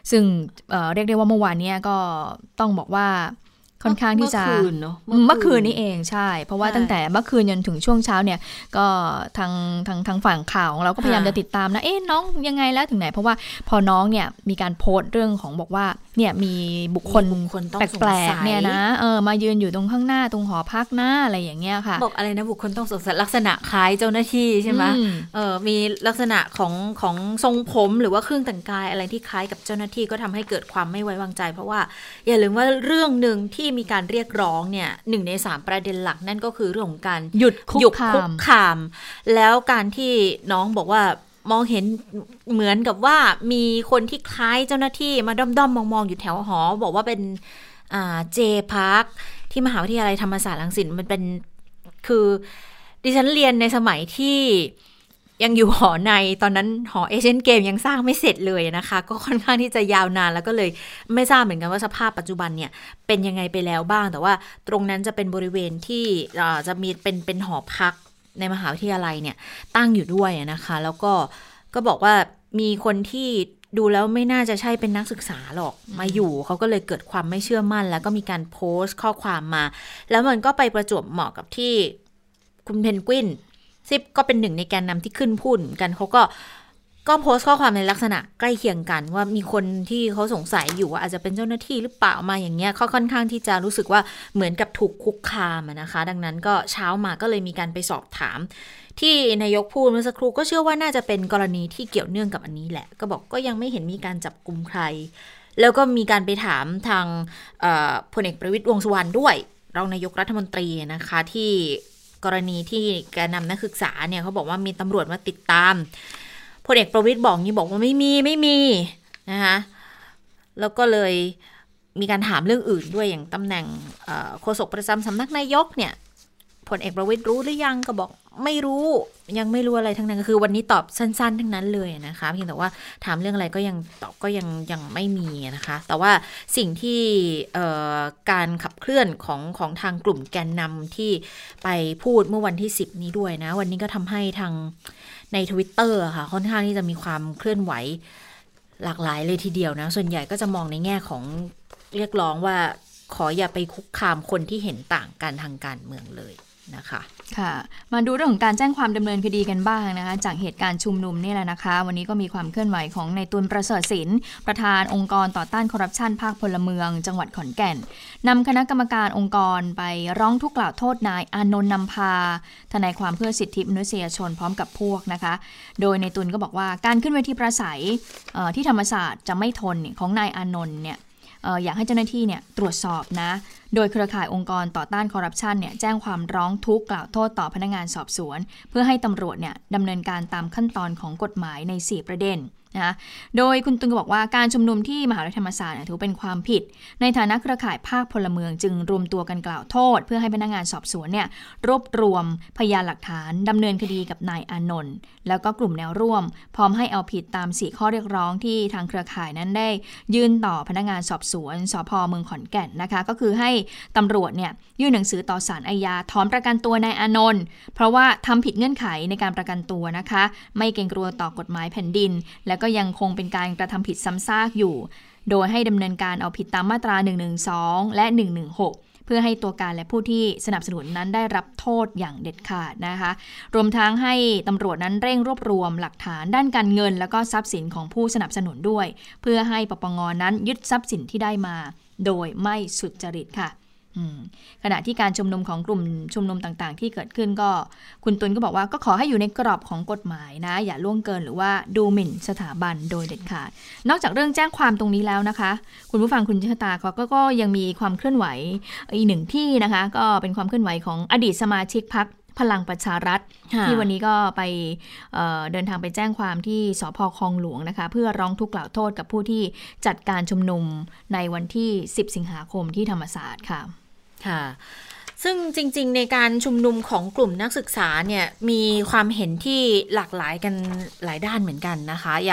ซึ่งเรียกได้ว่าเมื่อวานนี้ก็ต้องบอกว่าค่อนข้างที่จะเมื่อคืนนี้เองใช่เพราะว่าตั้งแต่เมื่อคืนจนถึงช่วงเช้าเนี่ยก็ทางฝั่งข่าวของเราก็พยายามจะติดตามนะน้องยังไงแล้วถึงไหนเพราะว่าพอน้องเนี่ยมีการโพสต์เรื่องของบอกว่าเนี่ยมีบุคคลแปลกๆเนี่ยนะมายืนอยู่ตรงข้างหน้าตรงหอพักนะอะไรอย่างเงี้ยค่ะบอกอะไรนะบุคคลต้องสงสัยลักษณะคล้ายเจ้าหน้าที่ใช่ไหมมีลักษณะของทรงผมหรือว่าเครื่องแต่งกายอะไรที่คล้ายกับเจ้าหน้าที่ก็ทำให้เกิดความไม่ไว้วางใจเพราะว่าอย่าลืมว่าเรื่องนึงที่มีการเรียกร้องเนี่ย1 ใน 3ประเด็นหลักนั่นก็คือเรื่องของการหยุดคุกคามแล้วการที่น้องบอกว่ามองเห็นเหมือนกับว่ามีคนที่คล้ายเจ้าหน้าที่มาด้อมๆมองๆอยู่แถวหอบอกว่าเป็นเจพาร์คที่มหาวิทยาลัยธรรมศาสตร์รังสิตมันเป็นคือดิฉันเรียนในสมัยที่ยังอยู่หอในตอนนั้นหอเอเชียนเกมยังสร้างไม่เสร็จเลยนะคะก็ค่อนข้างที่จะยาวนานแล้วก็เลยไม่ทราบเหมือนกันว่าสภาพปัจจุบันเนี่ยเป็นยังไงไปแล้วบ้างแต่ว่าตรงนั้นจะเป็นบริเวณที่จะมีเป็นหอพักในมหาวิทยาลัยเนี่ยตั้งอยู่ด้วยนะคะแล้วก็บอกว่ามีคนที่ดูแล้วไม่น่าจะใช่เป็นนักศึกษาหรอกมาอยู่เขาก็เลยเกิดความไม่เชื่อมั่นแล้วก็มีการโพสต์ข้อความมาแล้วมันก็ไปประจวบเหมาะกับที่คุณเพนกวินซิปก็เป็นหนึ่งในแกนนำที่ขึ้นพูดกันเขาก็โพสต์ข้อความในลักษณะใกล้เคียงกันว่ามีคนที่เขาสงสัยอยู่ว่าอาจจะเป็นเจ้าหน้าที่หรือเปล่ามาอย่างเงี้ยเขาค่อนข้างที่จะรู้สึกว่าเหมือนกับถูกคุกคามนะคะดังนั้นก็เช้ามาก็เลยมีการไปสอบถามที่นายกพูดเมื่อสักครู่ก็เชื่อว่าน่าจะเป็นกรณีที่เกี่ยวเนื่องกับอันนี้แหละก็บอกก็ยังไม่เห็นมีการจับกุมใครแล้วก็มีการไปถามทางพลเอกประวิตรวงษ์สุวรรณด้วยรองนายกรัฐมนตรีนะคะที่กรณีที่แกนำนักศึกษาเนี่ยเขาบอกว่ามีตำรวจมาติดตามพลเอกประวิตรบอกงี้บอกว่าไม่มีนะคะแล้วก็เลยมีการถามเรื่องอื่นด้วยอย่างตำแหน่งโฆษกประจำสำนักนายกเนี่ยพลเอกประวิตรรู้หรือยังก็บอกไม่รู้ยังไม่รู้อะไรทั้งนั้นก็คือวันนี้ตอบสั้นๆทั้งนั้นเลยนะคะเพียงแต่ว่าถามเรื่องอะไรก็ยังตอบก็ยังไม่มีนะคะแต่ว่าสิ่งที่การขับเคลื่อนของทางกลุ่มแกนนำที่ไปพูดเมื่อวันที่10นี้ด้วยนะวันนี้ก็ทำให้ทางใน Twitter ค่ะค่อนข้างที่จะมีความเคลื่อนไหวหลากหลายเลยทีเดียวนะส่วนใหญ่ก็จะมองในแง่ของเรียกร้องว่าขออย่าไปคุกคามคนที่เห็นต่างกันทางการเมืองเลยนะคะค่ะมาดูเรื่องของการแจ้งความดำเนินคดีกันบ้างนะคะจากเหตุการณ์ชุมนุมนี่แหละนะคะวันนี้ก็มีความเคลื่อนไหวของนายตูนประเสริฐศิลป์ประธานองค์กรต่อต้านคอร์รัปชันภาคพลเมืองจังหวัดขอนแก่นนำคณะกรรมการองค์กรไปร้องทุกข์กล่าวโทษนายอานนท์นำพาทนายความเพื่อสิทธิมนุษยชนพร้อมกับพวกนะคะโดยนายตูนก็บอกว่าการขึ้นเวทีปราศัยที่ธรรมศาสตร์จะไม่ทนของนายอานนท์เนี่ยอยากให้เจ้าหน้าที่เนี่ยตรวจสอบนะโดยเครือข่ายองค์กรต่อต้านคอร์รัปชันเนี่ยแจ้งความร้องทุกข์กล่าวโทษต่อพนักงานสอบสวนเพื่อให้ตำรวจเนี่ยดำเนินการตามขั้นตอนของกฎหมายใน4ประเด็นนะโดยคุณตุงก็บอกว่าการชุมนุมที่มหาวิทยาลัยธรรมศาสตร์ถือเป็นความผิดในฐานะเครือข่ายภาคพลเมืองจึงรวมตัวกันกล่าวโทษเพื่อให้พนักงานสอบสวนเนี่ยรวบรวมพยานหลักฐานดำเนินคดีกับนายอานนท์แล้วก็กลุ่มแนวร่วมพร้อมให้เอาผิดตาม4ข้อเรียกร้องที่ทางเครือข่ายนั้นได้ยื่นต่อพนักงานสอบสวนสภ.เมืองขอนแก่นนะคะก็คือให้ตำรวจเนี่ยยื่นหนังสือต่อศาลอาญาถอนประกันตัวนายอานนท์เพราะว่าทำผิดเงื่อนไขในการประกันตัวนะคะไม่เกรงกลัวต่อกฎหมายแผ่นดินและก็ยังคงเป็นการกระทำผิดซ้ำซากอยู่โดยให้ดำเนินการเอาผิดตามมาตรา112และ116เพื่อให้ตัวการและผู้ที่สนับสนุนนั้นได้รับโทษอย่างเด็ดขาดนะคะรวมทั้งให้ตำรวจนั้นเร่งรวบรวมหลักฐานด้านการเงินแล้วก็ทรัพย์สินของผู้สนับสนุนด้วยเพื่อให้ปปง.นั้นยึดทรัพย์สินที่ได้มาโดยไม่สุจริตค่ะขณะที่การชุมนุมของกลุ่มชุมนุมต่างๆที่เกิดขึ้นก็คุณตุลก็บอกว่าก็ขอให้อยู่ในกรอบของกฎหมายนะอย่าล่วงเกินหรือว่าดูหมิ่นสถาบันโดยเด็ดขาดนอกจากเรื่องแจ้งความตรงนี้แล้วนะคะคุณผู้ฟังคุณชะตาเขาก็ยังมีความเคลื่อนไหวอีกหนึ่งที่นะคะก็เป็นความเคลื่อนไหวของอดีตสมาชิกพรรคพลังประชารัฐที่วันนี้ก็ไปเดินทางไปแจ้งความที่สภ.คลองหลวงนะคะเพื่อร้องทุกข์กล่าวโทษกับผู้ที่จัดการชุมนุมในวันที่10 สิงหาคมที่ธรรมศาสตร์ค่ะค่ะซึ่งจริงๆในการชุมนุมของกลุ่มนักศึกษาเนี่ยมีความเห็นที่หลากหลายกันหลายด้านเหมือนกันนะคะอย่าง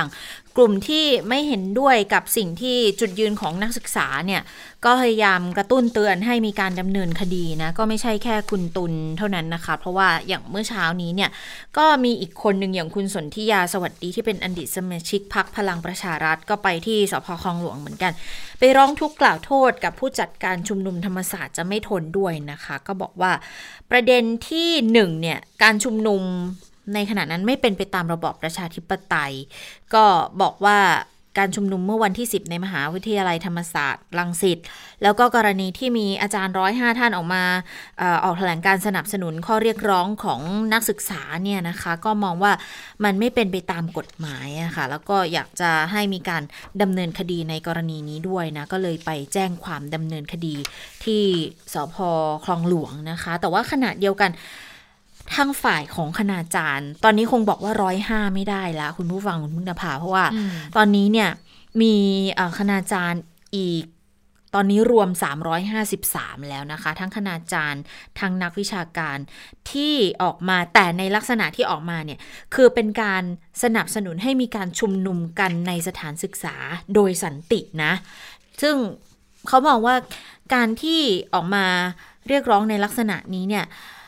กลุ่มที่ไม่เห็นด้วยกับสิ่งที่จุดยืนของนักศึกษาเนี่ยก็พยายามกระตุ้นเตือนให้มีการดำเนินคดีนะก็ไม่ใช่แค่คุณตุลเท่านั้นนะคะเพราะว่าอย่างเมื่อเช้านี้เนี่ยก็มีอีกคนหนึ่งอย่างคุณสนธิยาสวัสดีที่เป็นอดีตสมาชิกพรรคพลังประชารัฐก็ไปที่สภ.คลองหลวงเหมือนกันไปร้องทุกข์กล่าวโทษกับผู้จัดการชุมนุมธรรมศาสตร์จะไม่ทนด้วยนะคะก็บอกว่าประเด็นที่1เนี่ยการชุมนุมในขณะนั้นไม่เป็นไปตามระบอบประชาธิปไตยก็บอกว่าการชุมนุมเมื่อวันที่10ในมหาวิทยาลัยธรรมศาสตร์รังสิตแล้วก็กรณีที่มีอาจารย์105ท่านออกมาออกแถลงการสนับสนุนข้อเรียกร้องของนักศึกษาเนี่ยนะคะก็มองว่ามันไม่เป็นไปตามกฎหมายนะคะแล้วก็อยากจะให้มีการดำเนินคดีในกรณีนี้ด้วยนะก็เลยไปแจ้งความดำเนินคดีที่สภ.คลองหลวงนะคะแต่ว่าขณะเดียวกันทางฝ่ายของคณาจารย์ตอนนี้คงบอกว่า105ไม่ได้แล้วคุณผู้ฟังคุณมุกนภาเพราะว่าตอนนี้เนี่ยมีคณาจารย์อีกตอนนี้รวม353แล้วนะคะทั้งคณาจารย์ทั้งนักวิชาการที่ออกมาแต่ในลักษณะที่ออกมาเนี่ยคือเป็นการสนับสนุนให้มีการชุมนุมกันในสถานศึกษาโดยสันตินะซึ่งเขามองว่าการที่ออกมาเรียกร้องในลักษณะนี้เนี่ย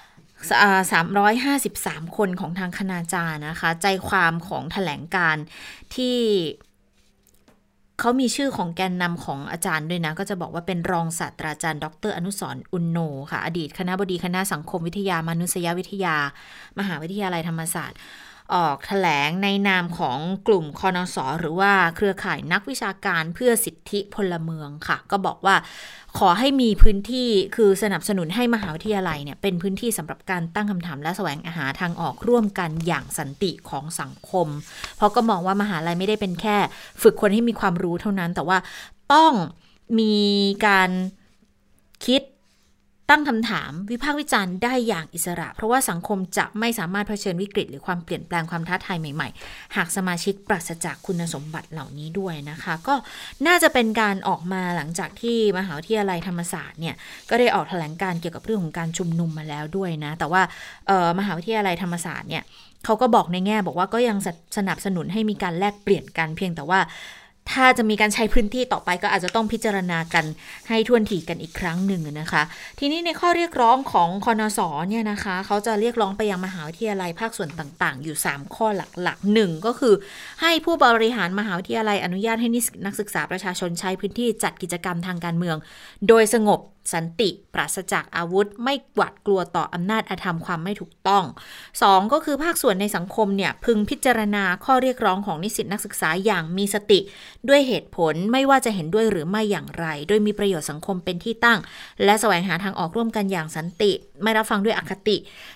353คนของทางคณาจารย์นะคะใจความของแถลงการที่เขามีชื่อของแกนนำของอาจารย์ด้วยนะก็จะบอกว่าเป็นรองศาสตราจารย์ดร.อนุสรณ์อุณโณค่ะอดีตคณบดีคณะสังคมวิทยามนุษยวิทยามหาวิทยาลัยธรรมศาสตร์ออกแถลงในนามของกลุ่มคนส.หรือว่าเครือข่ายนักวิชาการเพื่อสิทธิพลเมืองค่ะก็บอกว่าขอให้มีพื้นที่คือสนับสนุนให้มหาวิทยาลัยเนี่ยเป็นพื้นที่สำหรับการตั้งคำถามและแสวงหาทางออกร่วมกันอย่างสันติของสังคมเพราะก็มองว่ามหาลัยไม่ได้เป็นแค่ฝึกคนให้มีความรู้เท่านั้นแต่ว่าต้องมีการคิดตั้งคำถามวิพากษ์วิจารณ์ได้อย่างอิสระเพราะว่าสังคมจะไม่สามารถเผชิญวิกฤตหรือความเปลี่ยนแปลงความท้าทายใหม่ๆหากสมาชิกปราศจากคุณสมบัติเหล่านี้ด้วยนะคะก็น่าจะเป็นการออกมาหลังจากที่มหาวิทยาลัยธรรมศาสตร์เนี่ยก็ได้ออกแถลงการเกี่ยวกับเรื่องของการชุมนุมมาแล้วด้วยนะแต่ว่ามหาวิทยาลัยธรรมศาสตร์เนี่ยเขาก็บอกในแง่บอกว่าก็ยังสนับสนุนให้มีการแลกเปลี่ยนกันเพียงแต่ว่าถ้าจะมีการใช้พื้นที่ต่อไปก็อาจจะต้องพิจารณากันให้ถ้วนถี่กันอีกครั้งหนึ่งนะคะทีนี้ในข้อเรียกร้องของคนส.เนี่ยนะคะเขาจะเรียกร้องไปยังมหาวิทยาลัยภาคส่วนต่างๆอยู่3ข้อหลักๆ1ก็คือให้ผู้บริหารมหาวิทยาลัยอนุญาตให้นักศึกษาประชาชนใช้พื้นที่จัดกิจกรรมทางการเมืองโดยสงบสันติปราศจากอาวุธไม่หวาดกลัวต่ออำนาจอธรรมความไม่ถูกต้อง2ก็คือภาคส่วนในสังคมเนี่ยพึงพิจารณาข้อเรียกร้องของนิสิตนักศึกษาอย่างมีสติด้วยเหตุผลไม่ว่าจะเห็นด้วยหรือไม่อย่างไรโดยมีประโยชน์สังคมเป็นที่ตั้งและแสวงหาทางออกร่วมกันอย่างสันติไม่รับฟังด้วยอคติ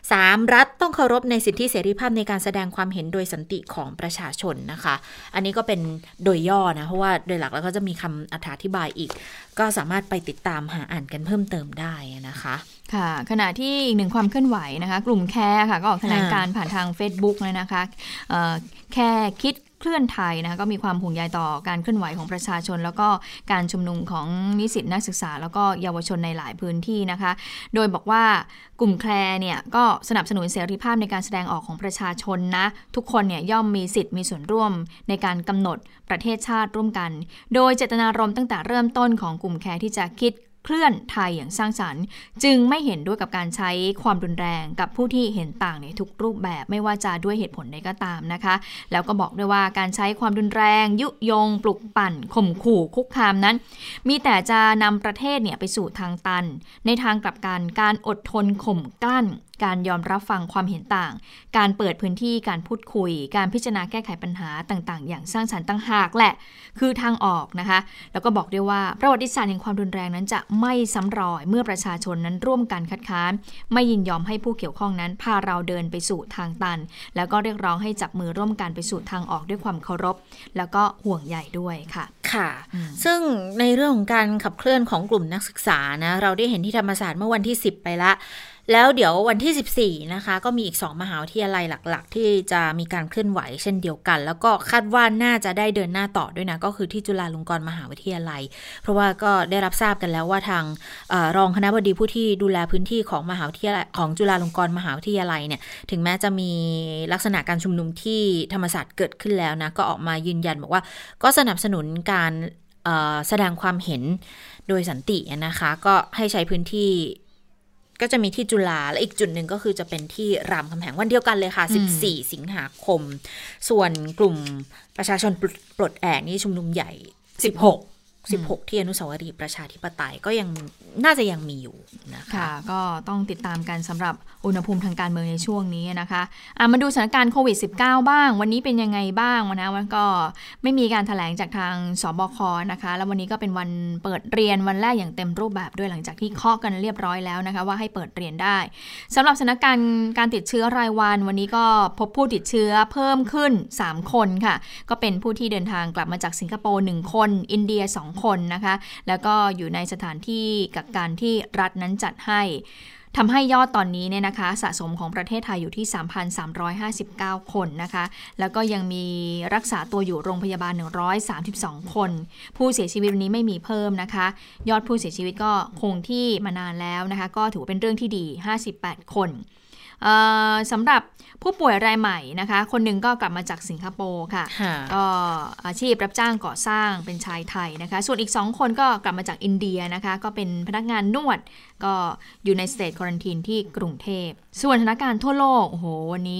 3. รัฐต้องเคารพในสิทธิเสรีภาพในการแสดงความเห็นโดยสันติของประชาชนนะคะอันนี้ก็เป็นโดยย่อนะเพราะว่าโดยหลักแล้วก็จะมีคำอธิบายอีกก็สามารถไปติดตามหาอ่านกันเพิ่มเติมได้นะคะค่ะขณะที่อีกหนึ่งความเคลื่อนไหวนะคะกลุ่มแคร์ค่ะก็ออกแถลงการผ่านทาง Facebook เลยนะคะแค่คิดเคลื่อนไทยนะคะก็มีความห่วงใยต่อการเคลื่อนไหวของประชาชนแล้วก็การชุมนุมของนิสิตนักศึกษาแล้วก็เยาวชนในหลายพื้นที่นะคะโดยบอกว่ากลุ่มแคร์เนี่ยก็สนับสนุนเสรีภาพในการแสดงออกของประชาชนนะทุกคนเนี่ยย่อมมีสิทธิ์มีส่วนร่วมในการกำหนดประเทศชาติร่วมกันโดยเจตนารมณ์ตั้งแต่เริ่มต้นของกลุ่มแคร์ที่จะคิดเคลื่อนไทยอย่างสร้างสรรค์จึงไม่เห็นด้วยกับการใช้ความรุนแรงกับผู้ที่เห็นต่างในทุกรูปแบบไม่ว่าจะด้วยเหตุผลใดก็ตามนะคะแล้วก็บอกด้วยว่าการใช้ความรุนแรงยุยงปลุกปั่นข่มขู่คุกคามนั้นมีแต่จะนำประเทศเนี่ยไปสู่ทางตันในทางกลับกันการอดทนข่มกลั้นการยอมรับฟังความเห็นต่างการเปิดพื้นที่การพูดคุยการพิจารณาแก้ไขปัญหาต่างๆอย่างสร้างสรรค์ต่างหากแหละคือทางออกนะคะแล้วก็บอกด้วยว่าประวัติศาสตร์แห่งความรุนแรงนั้นจะไม่ซ้ำรอยเมื่อประชาชนนั้นร่วมกันคัดค้านไม่ยินยอมให้ผู้เกี่ยวข้องนั้นพาเราเดินไปสู่ทางตันแล้วก็เรียกร้องให้จับมือร่วมกันไปสู่ทางออกด้วยความเคารพแล้วก็ห่วงใยด้วยค่ะค่ะซึ่งในเรื่องของการขับเคลื่อนของกลุ่มนักศึกษานะเราได้เห็นที่ธรรมศาสตร์เมื่อวันที่10ไปละแล้วเดี๋ยววันที่14นะคะก็มีอีก2มหาวิทยาลัยหลักๆที่จะมีการเคลื่อนไหวเช่นเดียวกันแล้วก็คาดว่าน่าจะได้เดินหน้าต่อด้วยนะก็คือที่จุฬาลงกรณ์มหาวิทยาลัยเพราะว่าก็ได้รับทราบกันแล้วว่าทางรองคณบดีผู้ที่ดูแลพื้นที่ของมหาวิทยาลัยของจุฬาลงกรณ์มหาวิทยาลัยเนี่ยถึงแม้จะมีลักษณะการชุมนุมที่ธรรมศาสตร์เกิดขึ้นแล้วนะก็ออกมายืนยันบอกว่าก็สนับสนุนการแสดงความเห็นโดยสันตินะคะก็ให้ใช้พื้นที่ก็จะมีที่จุฬาและอีกจุดหนึ่งก็คือจะเป็นที่รามคำแหงวันเดียวกันเลยค่ะ14สิงหาคมส่วนกลุ่มประชาชนปลดแอกนี่ชุมนุมใหญ่16ที่อนุสาวรีย์ประชาธิปไตยก็ยังน่าจะยังมีอยู่นะคะก็ต้องติดตามกันสำหรับอุณหภูมิทางการเมืองในช่วงนี้นะคะมาดูสถานการณ์โควิด -19 บ้างวันนี้เป็นยังไงบ้างนะวันก็ไม่มีการแถลงจากทางสบคนะคะแล้ววันนี้ก็เป็นวันเปิดเรียนวันแรกอย่างเต็มรูปแบบด้วยหลังจากที่เคาะกันเรียบร้อยแล้วนะคะว่าให้เปิดเรียนได้สำหรับสถานการณ์การติดเชื้อรายวันวันนี้ก็พบผู้ติดเชื้อเพิ่มขึ้น3คนค่ะก็เป็นผู้ที่เดินทางกลับมาจากสิงคโปร์1คนอินเดีย2คนนะคะแล้วก็อยู่ในสถานที่กักกันที่รัฐนั้นจัดให้ทำให้ยอดตอนนี้เนี่ยนะคะสะสมของประเทศไทยอยู่ที่ 3,359 คนนะคะแล้วก็ยังมีรักษาตัวอยู่โรงพยาบาล132คนผู้เสียชีวิตวันนี้ไม่มีเพิ่มนะคะยอดผู้เสียชีวิตก็คงที่มานานแล้วนะคะก็ถือเป็นเรื่องที่ดี58คนสำหรับผู้ป่วยรายใหม่นะคะคนหนึ่งก็กลับมาจากสิงคโปร์ค่ะก็อาชีพรับจ้างก่อสร้างเป็นชายไทยนะคะส่วนอีก2คนก็กลับมาจากอินเดียนะคะก็เป็นพนักงานนวดก็อยู่ในสเตทควอรันทีนที่กรุงเทพส่วนสถานการณ์ทั่วโลกโอ้โหวันนี้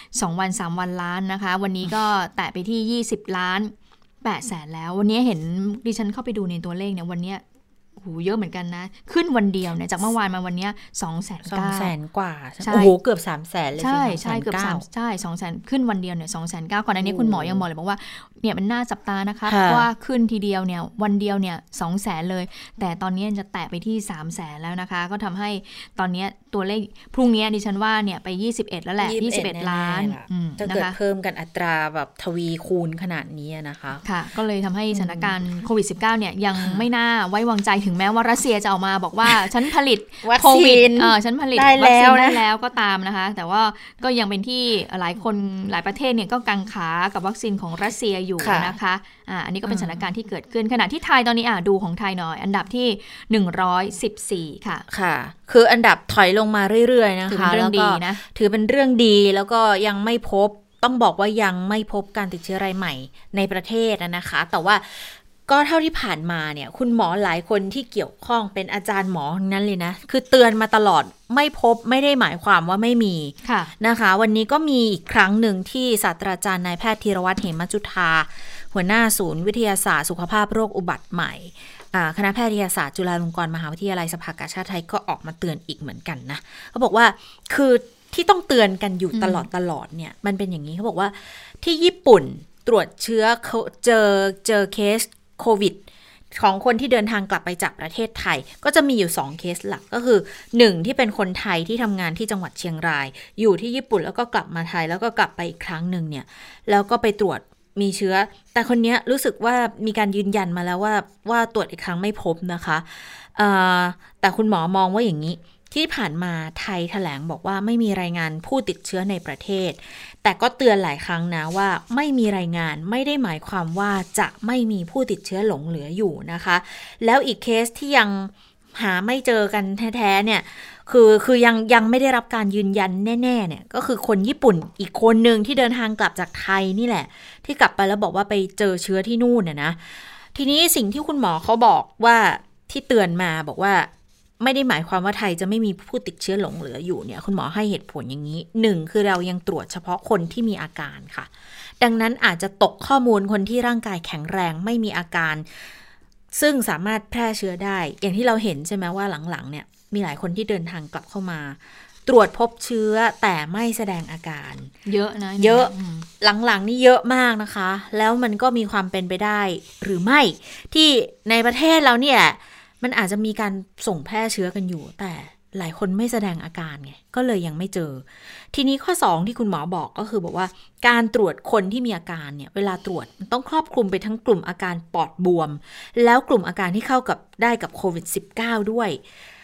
2วัน3วันล้านนะคะวันนี้ก็แตะไปที่20ล้าน8แสนแล้ววันนี้เห็นดิฉันเข้าไปดูในตัวเลขเนี่ยวันนี้โอ้โหเยอะเหมือนกันนะขึ้นวันเดียวเนี่ยจากเมื่อวานมาวันนี้200,000 กว่าโอ้โหเกือบ300,000เลยใช่เกือบ3ใช่200,000ขึ้นวันเดียวเนี่ย209,000ก่อนอันนี้คุณหมอยังบอกเลยบอกว่าเนี่ยมันน่าจับตานะคะว่าขึ้นทีเดียวเนี่ยวันเดียวเนี่ย200,000เลยแต่ตอนนี้จะแตะไปที่300,000แล้วนะคะก็ทำให้ตอนนี้ตัวเลขพรุ่งนี้ดิฉันว่าเนี่ยไป21แล้วแหละ21ล้านจะเกิดเพิ่มกันอัตราแบบทวีคูณขนาดนี้นะคะค่ะก็เลยทำให้สถานการณ์โควิด -19 เนี่ยยังไม่น่าไว้วางใจถึงแม้ว่ารัสเซียจะออกมาบอกว่าฉันผลิตโควิดฉันผลิตวัคซีนได้แล้วก็ตามนะคะแต่ว่าก็ยังเป็นที่หลายคนหลายประเทศเนี่ยก็กังขากับวัคซีนของรัสเซียอยู่นะคะอันนี้ก็เป็นสถานการณ์ที่เกิดขึ้นขณะที่ไทยตอนนี้ดูของไทยหน่อยอันดับที่114ค่ะค่ะคืออันดับถอยลงมาเรื่อยๆนะคะแล้วก็ถือเป็นเรื่องดีแล้วก็ยังไม่พบต้องบอกว่ายังไม่พบการติดเชื้อรายใหม่ในประเทศนะคะแต่ว่าก็เท่าที่ผ่านมาเนี่ยคุณหมอหลายคนที่เกี่ยวข้องเป็นอาจารย์หมอทั้งนั้นเลยนะคือเตือนมาตลอดไม่พบไม่ได้หมายความว่าไม่มีนะคะวันนี้ก็มีอีกครั้งหนึ่งที่ศาสตราจารย์นายแพทย์ธีรวัฒน์เหมจุฑาหัวหน้าศูนย์วิทยาศาสตร์สุขภาพโรคอุบัติใหม่คณะแพทยศาสตร์จุฬาลงกรณ์มหาวิทยาลัยสภากาชาดไทยก็ออกมาเตือนอีกเหมือนกันนะเขาบอกว่าคือที่ต้องเตือนกันอยู่ตลอดเนี่ยมันเป็นอย่างนี้เขาบอกว่าที่ญี่ปุ่นตรวจเชื้อเจอเคสโควิดของคนที่เดินทางกลับไปจากประเทศไทยก็จะมีอยู่2เคสหลักก็คือ1ที่เป็นคนไทยที่ทำงานที่จังหวัดเชียงรายอยู่ที่ญี่ปุ่นแล้วก็กลับมาไทยแล้วก็กลับไปอีกครั้งหนึ่งเนี่ยแล้วก็ไปตรวจมีเชื้อแต่คนนี้รู้สึกว่ามีการยืนยันมาแล้วว่าตรวจอีกครั้งไม่พบนะคะแต่คุณหมอมองว่าอย่างนี้ที่ผ่านมาไทยแถลงบอกว่าไม่มีรายงานผู้ติดเชื้อในประเทศแต่ก็เตือนหลายครั้งนะว่าไม่มีรายงานไม่ได้หมายความว่าจะไม่มีผู้ติดเชื้อหลงเหลืออยู่นะคะแล้วอีกเคสที่ยังหาไม่เจอกันแท้ๆเนี่ยคือยังไม่ได้รับการยืนยันแน่ๆเนี่ยก็คือคนญี่ปุ่นอีกคนนึงที่เดินทางกลับจากไทยนี่แหละที่กลับไปแล้วบอกว่าไปเจอเชื้อที่นู่นนะทีนี้สิ่งที่คุณหมอเขาบอกว่าที่เตือนมาบอกว่าไม่ได้หมายความว่าไทยจะไม่มีผู้ติดเชื้อหลงเหลืออยู่เนี่ยคุณหมอให้เหตุผลอย่างนี้1คือเรายังตรวจเฉพาะคนที่มีอาการค่ะดังนั้นอาจจะตกข้อมูลคนที่ร่างกายแข็งแรงไม่มีอาการซึ่งสามารถแพร่เชื้อได้อย่างที่เราเห็นใช่ไหมว่าหลังๆเนี่ยมีหลายคนที่เดินทางกลับเข้ามาตรวจพบเชื้อแต่ไม่แสดงอาการเยอะนะเยอะหลังๆนี่เยอะมากนะคะแล้วมันก็มีความเป็นไปได้หรือไม่ที่ในประเทศเราเนี่ยมันอาจจะมีการส่งแพร่เชื้อกันอยู่แต่หลายคนไม่แสดงอาการไงก็เลยยังไม่เจอทีนี้ข้อ2ที่คุณหมอบอกก็คือบอกว่าการตรวจคนที่มีอาการเนี่ยเวลาตรวจมันต้องครอบคลุมไปทั้งกลุ่มอาการปอดบวมแล้วกลุ่มอาการที่เข้ากับได้กับโควิด -19 ด้วย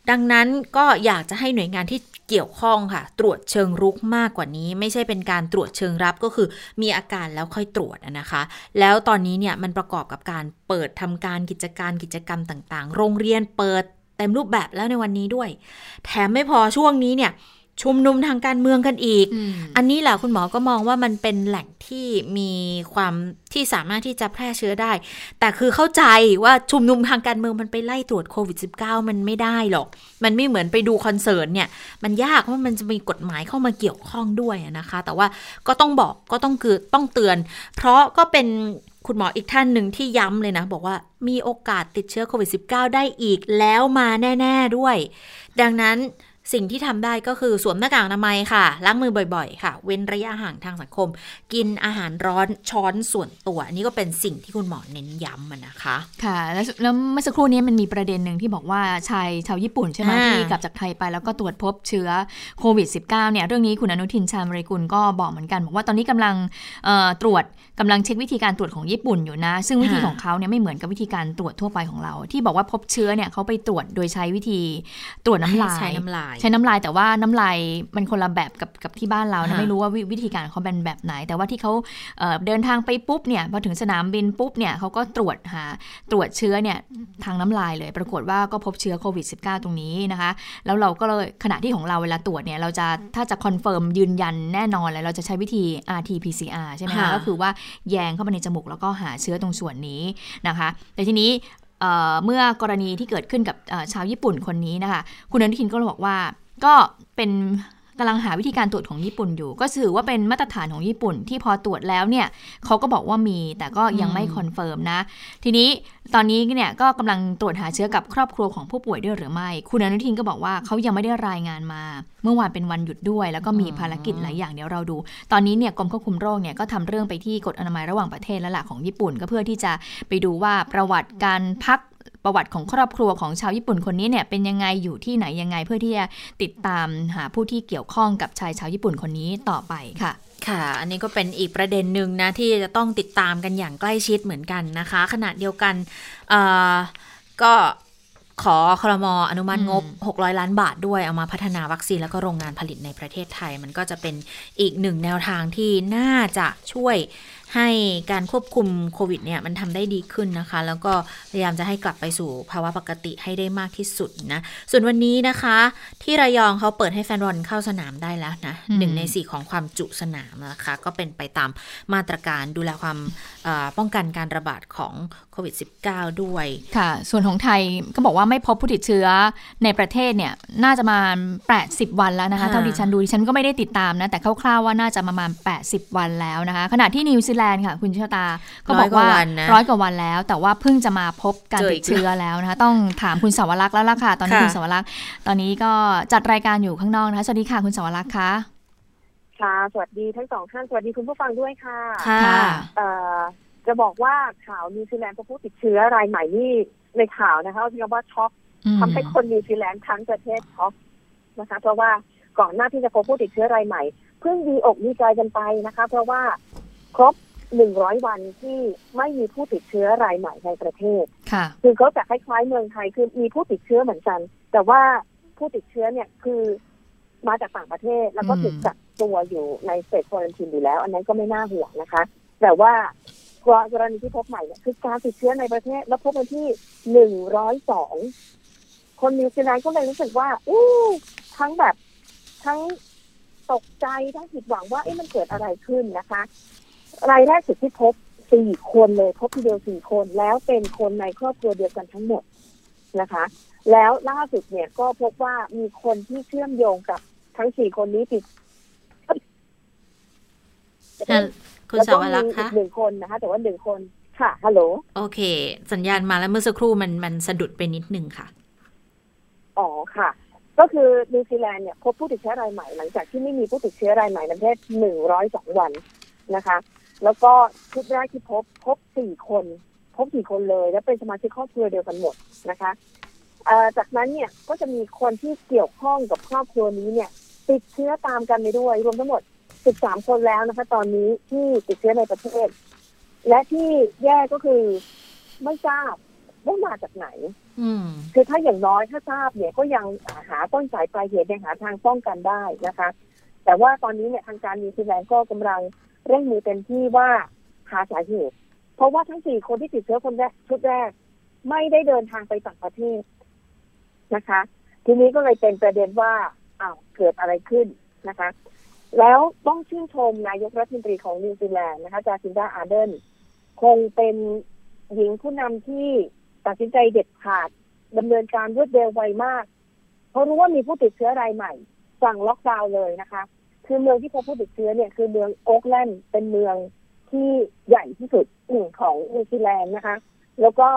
ดังนั้นก็อยากจะให้หน่วยงานที่เกี่ยวข้องค่ะตรวจเชิงรุกมากกว่านี้ไม่ใช่เป็นการตรวจเชิงรับก็คือมีอาการแล้วค่อยตรวจนะคะแล้วตอนนี้เนี่ยมันประกอบกับการเปิดทำการกิจกรรมต่างๆโรงเรียนเปิดเต็มรูปแบบแล้วในวันนี้ด้วยแถมไม่พอช่วงนี้เนี่ยชุมนุมทางการเมืองกันอีกอันนี้แหละคุณหมอก็มองว่ามันเป็นแหล่งที่มีความที่สามารถที่จะแพร่เชื้อได้แต่คือเข้าใจว่าชุมนุมทางการเมืองมันไปไล่ตรวจโควิด -19 มันไม่ได้หรอกมันไม่เหมือนไปดูคอนเสิร์ตเนี่ยมันยากเพราะมันจะมีกฎหมายเข้ามาเกี่ยวข้องด้วยนะคะแต่ว่าก็ต้องบอกก็ต้องเตือนเพราะก็เป็นคุณหมออีกท่านหนึ่งที่ย้ำเลยนะบอกว่ามีโอกาสติดเชื้อโควิด -19 ได้อีกแล้วมาแน่ๆด้วยดังนั้นสิ่งที่ทำได้ก็คือสวมหน้ากากอนามัยค่ะล้างมือบ่อยๆค่ะเว้นระยะห่างทางสังคมกินอาหารร้อนช้อนส่วนตัวอันนี้ก็เป็นสิ่งที่คุณหมอเน้นย้ำนะคะค่ะแล้วเมื่อสักครู่นี้มันมีประเด็นหนึ่งที่บอกว่าชาวญี่ปุ่นใช่ไหมที่กลับจากไทยไปแล้วก็ตรวจพบเชื้อโควิด -19 เนี่ยเรื่องนี้คุณอนุทินชาญวิรากูลก็บอกเหมือนกันบอกว่าตอนนี้กำลังเช็ควิธีการตรวจของญี่ปุ่นอยู่นะซึ่งวิธีของเขาเนี่ยไม่เหมือนกับวิธีการตรวจทั่วไปของเราที่บอกว่าพบเชื้อเนี่ยเขาไปตรวจโดยใช้วิธีตรวจน้ำลายใช้น้ำลายแต่ว่าน้ำลายมันคนละแบบกับที่บ้านเรานะไม่รู้ว่าวิธีการเขาเป็นแบบไหนแต่ว่าที่เขาเดินทางไปปุ๊บเนี่ยพอถึงสนามบินปุ๊บเนี่ยเขาก็ตรวจเชื้อเนี่ยทางน้ำลายเลยปรากฏว่าก็พบเชื้อโควิด -19 ตรงนี้นะคะแล้วเราก็เลยขณะที่ของเราเวลาตรวจเนี่ยเราจะถ้าจะคอนเฟิร์มยืนยันแน่นอนเลยเราจะใช้วิธี RT-PCR ใช่ไหมคะก็คือว่าแยงเข้าไปในจมูกแล้วก็หาเชื้อตรงส่วนนี้นะคะแต่ทีนี้เมื่อกรณีที่เกิดขึ้นกับชาวญี่ปุ่นคนนี้นะคะคุณอนุทินก็บอกว่าก็เป็นกำลังหาวิธีการตรวจของญี่ปุ่นอยู่ก็ถือว่าเป็นมาตรฐานของญี่ปุ่นที่พอตรวจแล้วเนี่ยเขาก็บอกว่ามีแต่ก็ยังไม่คอนเฟิร์มนะทีนี้ตอนนี้เนี่ยก็กำลังตรวจหาเชื้อกับครอบครัวของผู้ป่วยด้วยหรือไม่คุณอนุทินก็บอกว่าเขายังไม่ได้รายงานมาเมื่อวานเป็นวันหยุดด้วยแล้วก็มีภารกิจหลายอย่างเดี๋ยวเราดูตอนนี้เนี่ยกรมควบคุมโรคเนี่ยก็ทำเรื่องไปที่กฎอนามัยระหว่างประเทศแล้วล่ะของญี่ปุ่นก็เพื่อที่จะไปดูว่าประวัติการพักประวัติของครอบครัวของชาวญี่ปุ่นคนนี้เนี่ยเป็นยังไงอยู่ที่ไหนยังไงเพื่อที่จะติดตามหาผู้ที่เกี่ยวข้องกับชายชาวญี่ปุ่นคนนี้ต่อไปค่ะค่ะอันนี้ก็เป็นอีกประเด็นหนึ่งนะที่จะต้องติดตามกันอย่างใกล้ชิดเหมือนกันนะคะขณะเดียวกันก็ขอครม.อนุมัติงบ600 ล้านบาทด้วยเอามาพัฒนาวัคซีนแล้วก็โรงงานผลิตในประเทศไทยมันก็จะเป็นอีกหนึ่งแนวทางที่น่าจะช่วยให้การควบคุมโควิดเนี่ยมันทำได้ดีขึ้นนะคะแล้วก็พยายามจะให้กลับไปสู่ภาวะปกติให้ได้มากที่สุดนะส่วนวันนี้นะคะที่ระยองเขาเปิดให้แฟนบอลเข้าสนามได้แล้วนะ1 ใน 4ของความจุสนามนะคะก็เป็นไปตามมาตรการดูแลความป้องกันการระบาดของโควิด -19 ด้วยค่ะส่วนของไทยก็บอกว่าไม่พบผู้ติดเชื้อในประเทศเนี่ยน่าจะมา80 วันแล้วนะคะเท่าที่ฉันดูดิฉันก็ไม่ได้ติดตามนะแต่คร่าวๆว่าน่าจะประมาณ80 วันแล้วนะคะขณะที่นิวซีแลนด์ค่ะคุณชตาก็บอกว่า100 กว่าวันแล้วแต่ว่าเพิ่งจะมาพบการติดเชื้อแล้วนะคะต้องถามคุณสาวรักษ์แล้วล่ะค่ะตอนนี้คุณสาวรักษ์ตอนนี้ก็จัดรายการอยู่ข้างนอกนะคะสวัสดีค่ะคุณสาวรักษ์ค่ะค่ะสวัสดีทั้งสองท่านสวัสดีคุณผู้ฟังด้วยค่ะค่ะจะบอกว่าข่าวนิวซีแลนด์พบผู้ติดเชื้อรายใหม่นี่ในข่าวนะคะเรียกว่าช็อกทำให้คนนิวซีแลนด์ทั้งประเทศช็อกนะคะเพราะว่าก่อนหน้าที่จะพบผู้ติดเชื้อรายใหม่เพิ่งดีอกดีใจกันไปนะคะเพราะว่าครบ100 วันที่ไม่มีผู้ติดเชื้อรายใหม่ในประเทศคือเขาจะคล้ายๆเมืองไทยคือมีผู้ติดเชื้อเหมือนกันแต่ว่าผู้ติดเชื้อเนี่ยคือมาจากต่างประเทศแล้วก็ถูกกักตัวอยู่ในสเตทควอรันทีนอยู่แล้วอันนั้นก็ไม่น่าห่วงนะคะแต่ว่ากรณีที่พบใหม่เนี่ยคือการติดเชื้อในประเทศแล้วพบเป็นที่102คนนิวซีแลนด์ก็เลยรู้สึกว่าทั้งตกใจทั้งผิดหวังว่ามันเกิดอะไรขึ้นนะคะรายแรกสุดที่พบ4 คนเลยพบทีเดียว4 คนแล้วเป็นคนในครอบครัวเดียวกันทั้งหมดนะคะแล้วล่าสุดเนี่ยก็พบว่ามีคนที่เชื่อมโยงกับทั้ง4 คนนี้ติดคุณสาวรักษ์คะ 1 คนนะคะแต่ว่า1 คนค่ะฮัลโหลโอเคสัญญาณมาแล้วเมื่อสักครู่มันสะดุดไปนิดนึงค่ะอ๋อค่ะก็คือนิวซีแลนด์เนี่ยพบผู้ติดเชื้อรายใหม่หลังจากที่ไม่มีผู้ติดเชื้อรายใหม่ในประเทศ102 วันนะคะแล้วก็ชุดแรกที่พบ4 คนเลยและเป็นสมาชิกครอบครัวเดียวกันหมดนะคะจากนั้นเนี่ยก็จะมีคนที่เกี่ยวข้องกับครอบครัวนี้เนี่ยติดเชื้อตามกันไปด้วยรวมทั้งหมด13 คนแล้วนะคะตอนนี้ที่ติดเชื้อในประเทศและที่แย่ก็คือไม่ทราบว่ามาจากไหนคือถ้าอย่างน้อยถ้าทราบเนี่ยก็ยังหาต้นสายปลายเหตุยังหาทางป้องกันได้นะคะแต่ว่าตอนนี้เนี่ยทางการนิวซีแลนด์ก็กำลังเร่งมือเต็มที่ว่าหาสาเหตุเพราะว่าทั้ง4คนที่ติดเชื้อคนแรกชุดแรกไม่ได้เดินทางไปต่างประเทศนะคะทีนี้ก็เลยเป็นประเด็นว่าเกิดอะไรขึ้นนะคะแล้วต้องชื่นชมนายกรัฐมนตรีของนิวซีแลนด์นะคะจาซินดา อาร์เดนคงเป็นหญิงผู้นำที่ตัดสินใจเด็ดขาดดำเนินการรวดเร็วไวมากเพราะรู้ว่ามีผู้ติดเชื้อรายใหม่สั่งล็อกดาวน์เลยนะคะคือเมืองที่พบผู้ติดเชื้อเนี่ยคือเมืองโอ๊คแลนด์เป็นเมืองที่ใหญ่ที่สุดของนิวซีแลนด์นะคะแล้วก็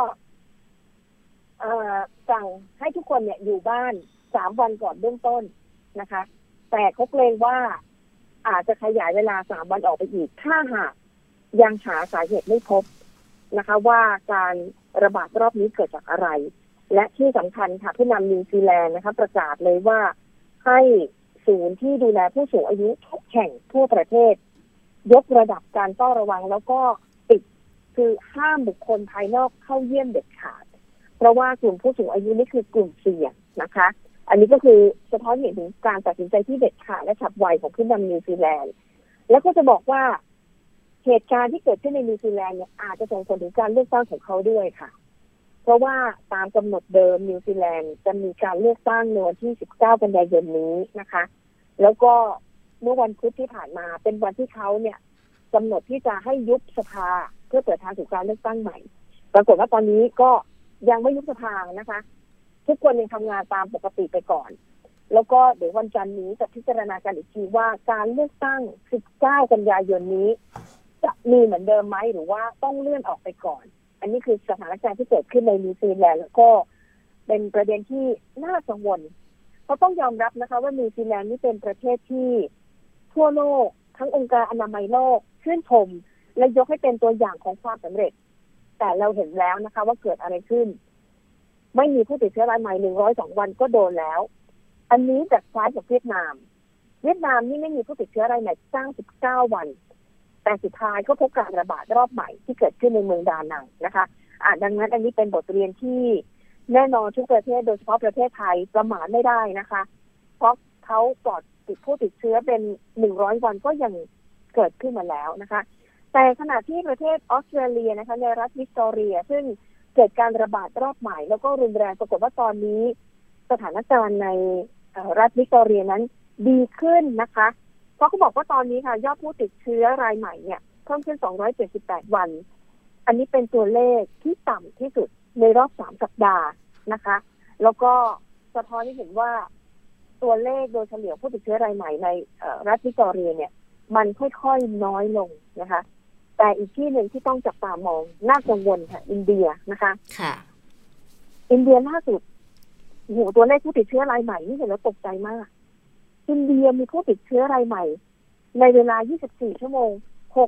สั่งให้ทุกคนเนี่ยอยู่บ้าน3 วันก่อนเบื้องต้นนะคะแต่เขาเกรงว่าอาจจะขยายเวลา3 วันออกไปอีกถ้าหากยังหาสาเหตุไม่พบนะคะว่าการระบาดรอบนี้เกิดจากอะไรและที่สำคัญค่ะผู้นำนิวซีแลนด์นะคะประกาศเลยว่าให้ศูนย์ที่ดูแลผู้สูงอายุทุกแห่งทั่วประเทศยกระดับการเฝ้าระวังแล้วก็ปิดคือห้ามบุคคลภายนอกเข้าเยี่ยมเด็ดขาดเพราะว่ากลุ่มผู้สูงอายุนี่คือกลุ่มเสี่ยงนะคะอันนี้ก็คือสะท้อนเห็นถึงการตัดสินใจที่เด็ดขาดและฉับไวของผู้นำนิวซีแลนด์แล้วก็จะบอกว่าเหตุการณ์ที่เกิดขึ้นในนิวซีแลนด์เนี่ยอาจจะส่งผลถึงการเลือกตั้งของเขาด้วยค่ะเพราะว่าตามกำหนดเดิมนิวซีแลนด์จะมีการเลือกตั้งในวันที่19 กันยายนนี้นะคะแล้วก็เมื่อวันพุธที่ผ่านมาเป็นวันที่เขาเนี่ยกำหนดที่จะให้ยุบสภาเพื่อเปิดทางสู่การเลือกตั้งใหม่ปรากฏว่าตอนนี้ก็ยังไม่ยุบสภานะคะทุกคนยังทำงานตามปกติไปก่อนแล้วก็เดี๋ยววันจันทร์นี้จะพิจารณากันอีกทีว่าการเลือกตั้ง19 กันยายนนี้จะมีเหมือนเดิมไหมหรือว่าต้องเลื่อนออกไปก่อนอันนี้คือสถานการณ์ที่เกิดขึ้นในนิวซีแลนด์แล้วก็เป็นประเด็นที่น่ากังวลเพราะต้องยอมรับนะคะว่านิวซีแลนด์นี่เป็นประเทศที่ทั่วโลกทั้งองค์การอนามัยโลกชื่นชมและยกให้เป็นตัวอย่างของความสำเร็จแต่เราเห็นแล้วนะคะว่าเกิดอะไรขึ้นไม่มีผู้ติดเชื้อรายใหม่102 วันก็โดนแล้วอันนี้จากคล้ายกับเวียดนามนี่ไม่มีผู้ติดเชื้อรายใหม่99 วันแต่สุดท้ายก็พบการระบาดรอบใหม่ที่เกิดขึ้นในเมืองดานังนะคะดังนั้นอันนี้เป็นบทเรียนที่แน่นอนทุกประเทศโดยเฉพาะประเทศไทยประมาทไม่ได้นะคะเพราะเขาปลอดผู้ติดเชื้อเป็น100 วันก็ยังเกิดขึ้นมาแล้วนะคะแต่ขณะที่ประเทศออสเตรเลียนะคะในรัฐวิกตอเรียซึ่งเกิดการระบาดรอบใหม่แล้วก็รุนแรงปรากฏว่าตอนนี้สถานการณ์ในรัฐวิกตอเรียนั้นดีขึ้นนะคะเพราะเขาบอกว่าตอนนี้ค่ะยอดผู้ติดเชื้อรายใหม่เนี่ยเพิ่มขึ้น278 วันอันนี้เป็นตัวเลขที่ต่ำที่สุดในรอบ3 สัปดาห์นะคะแล้วก็สะท้อนให้เห็นว่าตัวเลขโดยเฉลี่ยผู้ติดเชื้อรายใหม่ในรัฐวิกตอเรียเนี่ยมันค่อยๆน้อยลงนะคะแต่อีกที่หนึ่งที่ต้องจับตามองน่ากังวลค่ะอินเดียนะคะค่ะอินเดียล่าสุดตัวเลขผู้ติดเชื้อรายใหม่นี่เห็นแล้วตกใจมากอินเดียมีผู้ติดเชื้อรายใหม่ในเวลา24 ชั่วโมง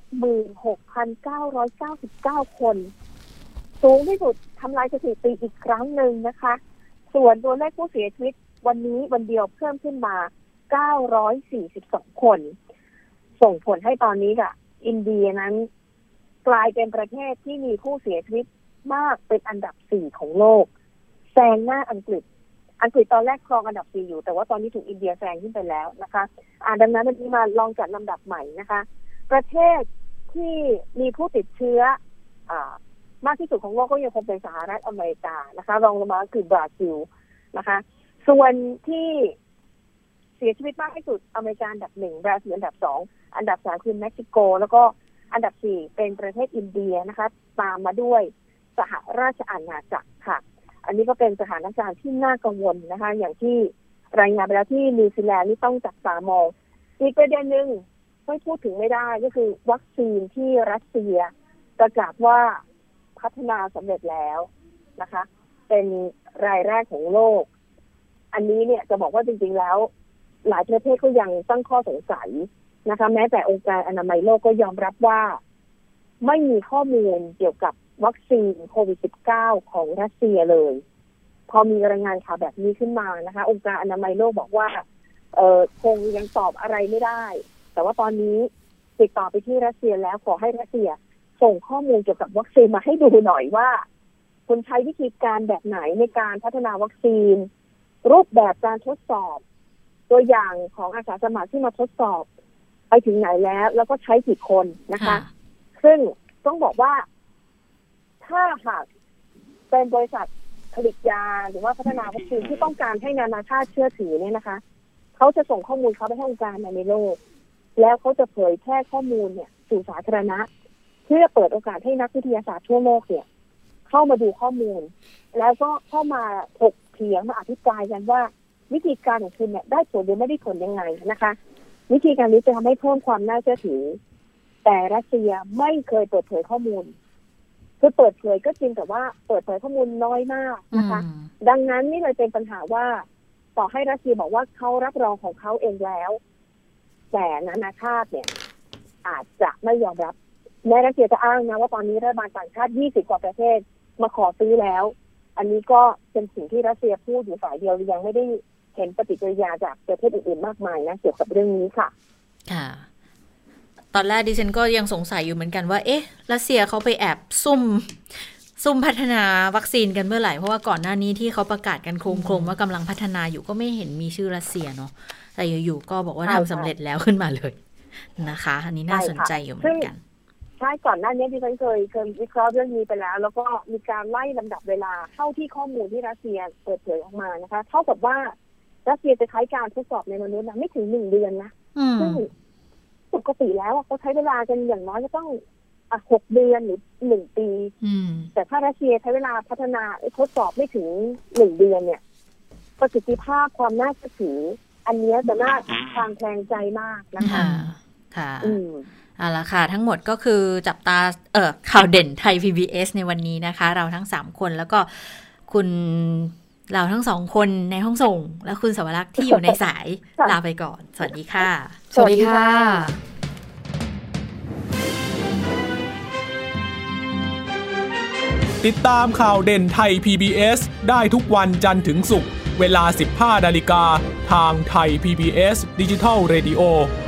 66,999 คนสูงที่สุดทำลายสถิติอีกครั้งหนึ่งนะคะส่วนตัวเลขผู้เสียชีวิตวันนี้วันเดียวเพิ่มขึ้นมา942 คนส่งผลให้ตอนนี้ค่ะอินเดียนั้นกลายเป็นประเทศที่มีผู้เสียชีวิตมากเป็นอันดับ4ของโลกแซงหน้าอังกฤษตอนแรกครองอันดับ4อยู่แต่ว่าตอนนี้ถูกอินเดียแซงขึ้นไปแล้วนะคะดังนั้นวันนี้มาลองจัดลำดับใหม่นะคะประเทศที่มีผู้ติดเชื้อมากที่สุดของโลกก็ยังคงเป็นสหรัฐอเมริกานะคะรองลงมาคือบราซิลนะคะส่วนที่เสียชีวิตมากที่สุดอเมริกาอันดับ1บราซิลอันดับ2อันดับ3คือเม็กซิโกแล้วก็อันดับ4เป็นประเทศอินเดียนะคะตามมาด้วยสหราชอาณาจักรค่ะอันนี้ก็เป็นสถานการณ์ที่น่ากังวลนะคะอย่างที่รายงานไปแล้วที่นิวซีแลนด์นี่ต้องจับตามองอีกประเด็นหนึ่งไม่พูดถึงไม่ได้ก็คือวัคซีนที่รัสเซียประกาศว่าพัฒนาสำเร็จแล้วนะคะเป็นรายแรกของโลกอันนี้เนี่ยจะบอกว่าจริงๆแล้วหลายประเทศก็ยังตั้งข้อสงสัยนะคะแม้แต่องค์การอนามัยโลกก็ยอมรับว่าไม่มีข้อมูลเกี่ยวกับวัคซีนโควิด -19 ของรัสเซียเลยพอมีรายงานข่าวแบบนี้ขึ้นมานะคะองค์การอนามัยโลกบอกว่าคงยังตอบอะไรไม่ได้แต่ว่าตอนนี้ติดต่อไปที่รัสเซียแล้วขอให้รัสเซียส่งข้อมูลเกี่ยวกับวัคซีนมาให้ดูหน่อยว่าคุณใช้วิธีการแบบไหนในการพัฒนาวัคซีนรูปแบบการทดสอบตัวอย่างของอาสาสมัครที่มาทดสอบไปถึงไหนแล้วก็ใช้กี่คนนะคะซึ่งต้องบอกว่าถ้าหากเป็นบริษัทผลิตยาหรือว่าพัฒนาวัคซีนที่ต้องการให้นานาชาติเชื่อถือเนี่ยนะคะเขาจะส่งข้อมูลเขาไปให้องค์การในโลกแล้วเขาจะเผยแพร่ข้อมูลเนี่ยสู่สาธารณะเพื่อเปิดโอกาสให้นักวิทยาศาสตร์ทั่วโลกเนี่ยเข้ามาดูข้อมูลแล้วก็เข้ามาถกเถียงมาอภิปรายกันว่าวิธีการของคุณเนี่ยได้ผลหรือไม่ได้ผลยังไงนะคะวิธีการนี้จะทำให้เพิ่มความน่าเชื่อถือแต่รัสเซียไม่เคยเปิดเผยข้อมูลคือเปิดเผยก็จริงแต่ว่าเปิดเผยข้อมูลน้อยมากนะคะดังนั้นนี่เลยเป็นปัญหาว่าต่อให้รัสเซียบอกว่าเขารับรองของเขาเองแล้วแต่นานาชาติเนี่ยอาจจะไม่ยอมรับแม้รัสเซียจะอ้างนะว่าตอนนี้รัฐบาลต่างชาติ20 กว่าประเทศมาขอซื้อแล้วอันนี้ก็เป็นสิ่งที่รัสเซียพูดอยู่ฝ่ายเดียวยังไม่ได้เห็นปฏิกิริยาจากประเทศอื่นๆมากมายนะเกี่ยวกับเรื่องนี้ค่ะค่ะตอนแรกดิฉันก็ยังสงสัยอยู่เหมือนกันว่าเอ๊ะรัสเซียเขาไปแอบซุ่มพัฒนาวัคซีนกันเมื่อไหร่เพราะว่าก่อนหน้านี้ที่เขาประกาศกันโคมๆว่ากำลังพัฒนาอยู่ก็ไม่เห็นมีชื่อรัสเซียเนาะแต่อยู่ๆก็บอกว่าทำสำเร็จแล้วขึ้นมาเลยนะคะอันนี้น่าสนใจอยู่เหมือนกันใช่ก่อนหน้านี้ที่ฉันเคยวิเคราะห์เรื่องนี้ไปแล้วก็มีการไล่ลำดับเวลาเท่าที่ข้อมูลที่รัสเซียเปิดเผยออกมานะคะเท่ากับว่ารัสเซียจะใช้การทดสอบในมนุษย์นะไม่ถึง1 เดือนนะซึ่งปกติแล้วเขาใช้เวลากันอย่างน้อยก็ต้อง6 เดือนหรือ1 ปีแต่ถ้ารัสเซียใช้เวลาพัฒนาทดสอบไม่ถึง1 เดือนเนี่ยประสิทธิภาพความน่าเชื่อถืออันนี้จะน่าคลางแคลงใจมากนะคะค่ะเอาละค่ะทั้งหมดก็คือจับตาข่าวเด่นไทย PBS ในวันนี้นะคะเราทั้ง3คนแล้วก็เราทั้ง2คนในห้องส่งและคุณสวรักษ์ที่อยู่ในสายลาไปก่อนสวัสดีค่ะสวัสดีค่ะติดตามข่าวเด่นไทย PBS ได้ทุกวันจันทร์ถึงศุกร์เวลา 15 นาฬิกาทางไทย PBS Digital Radio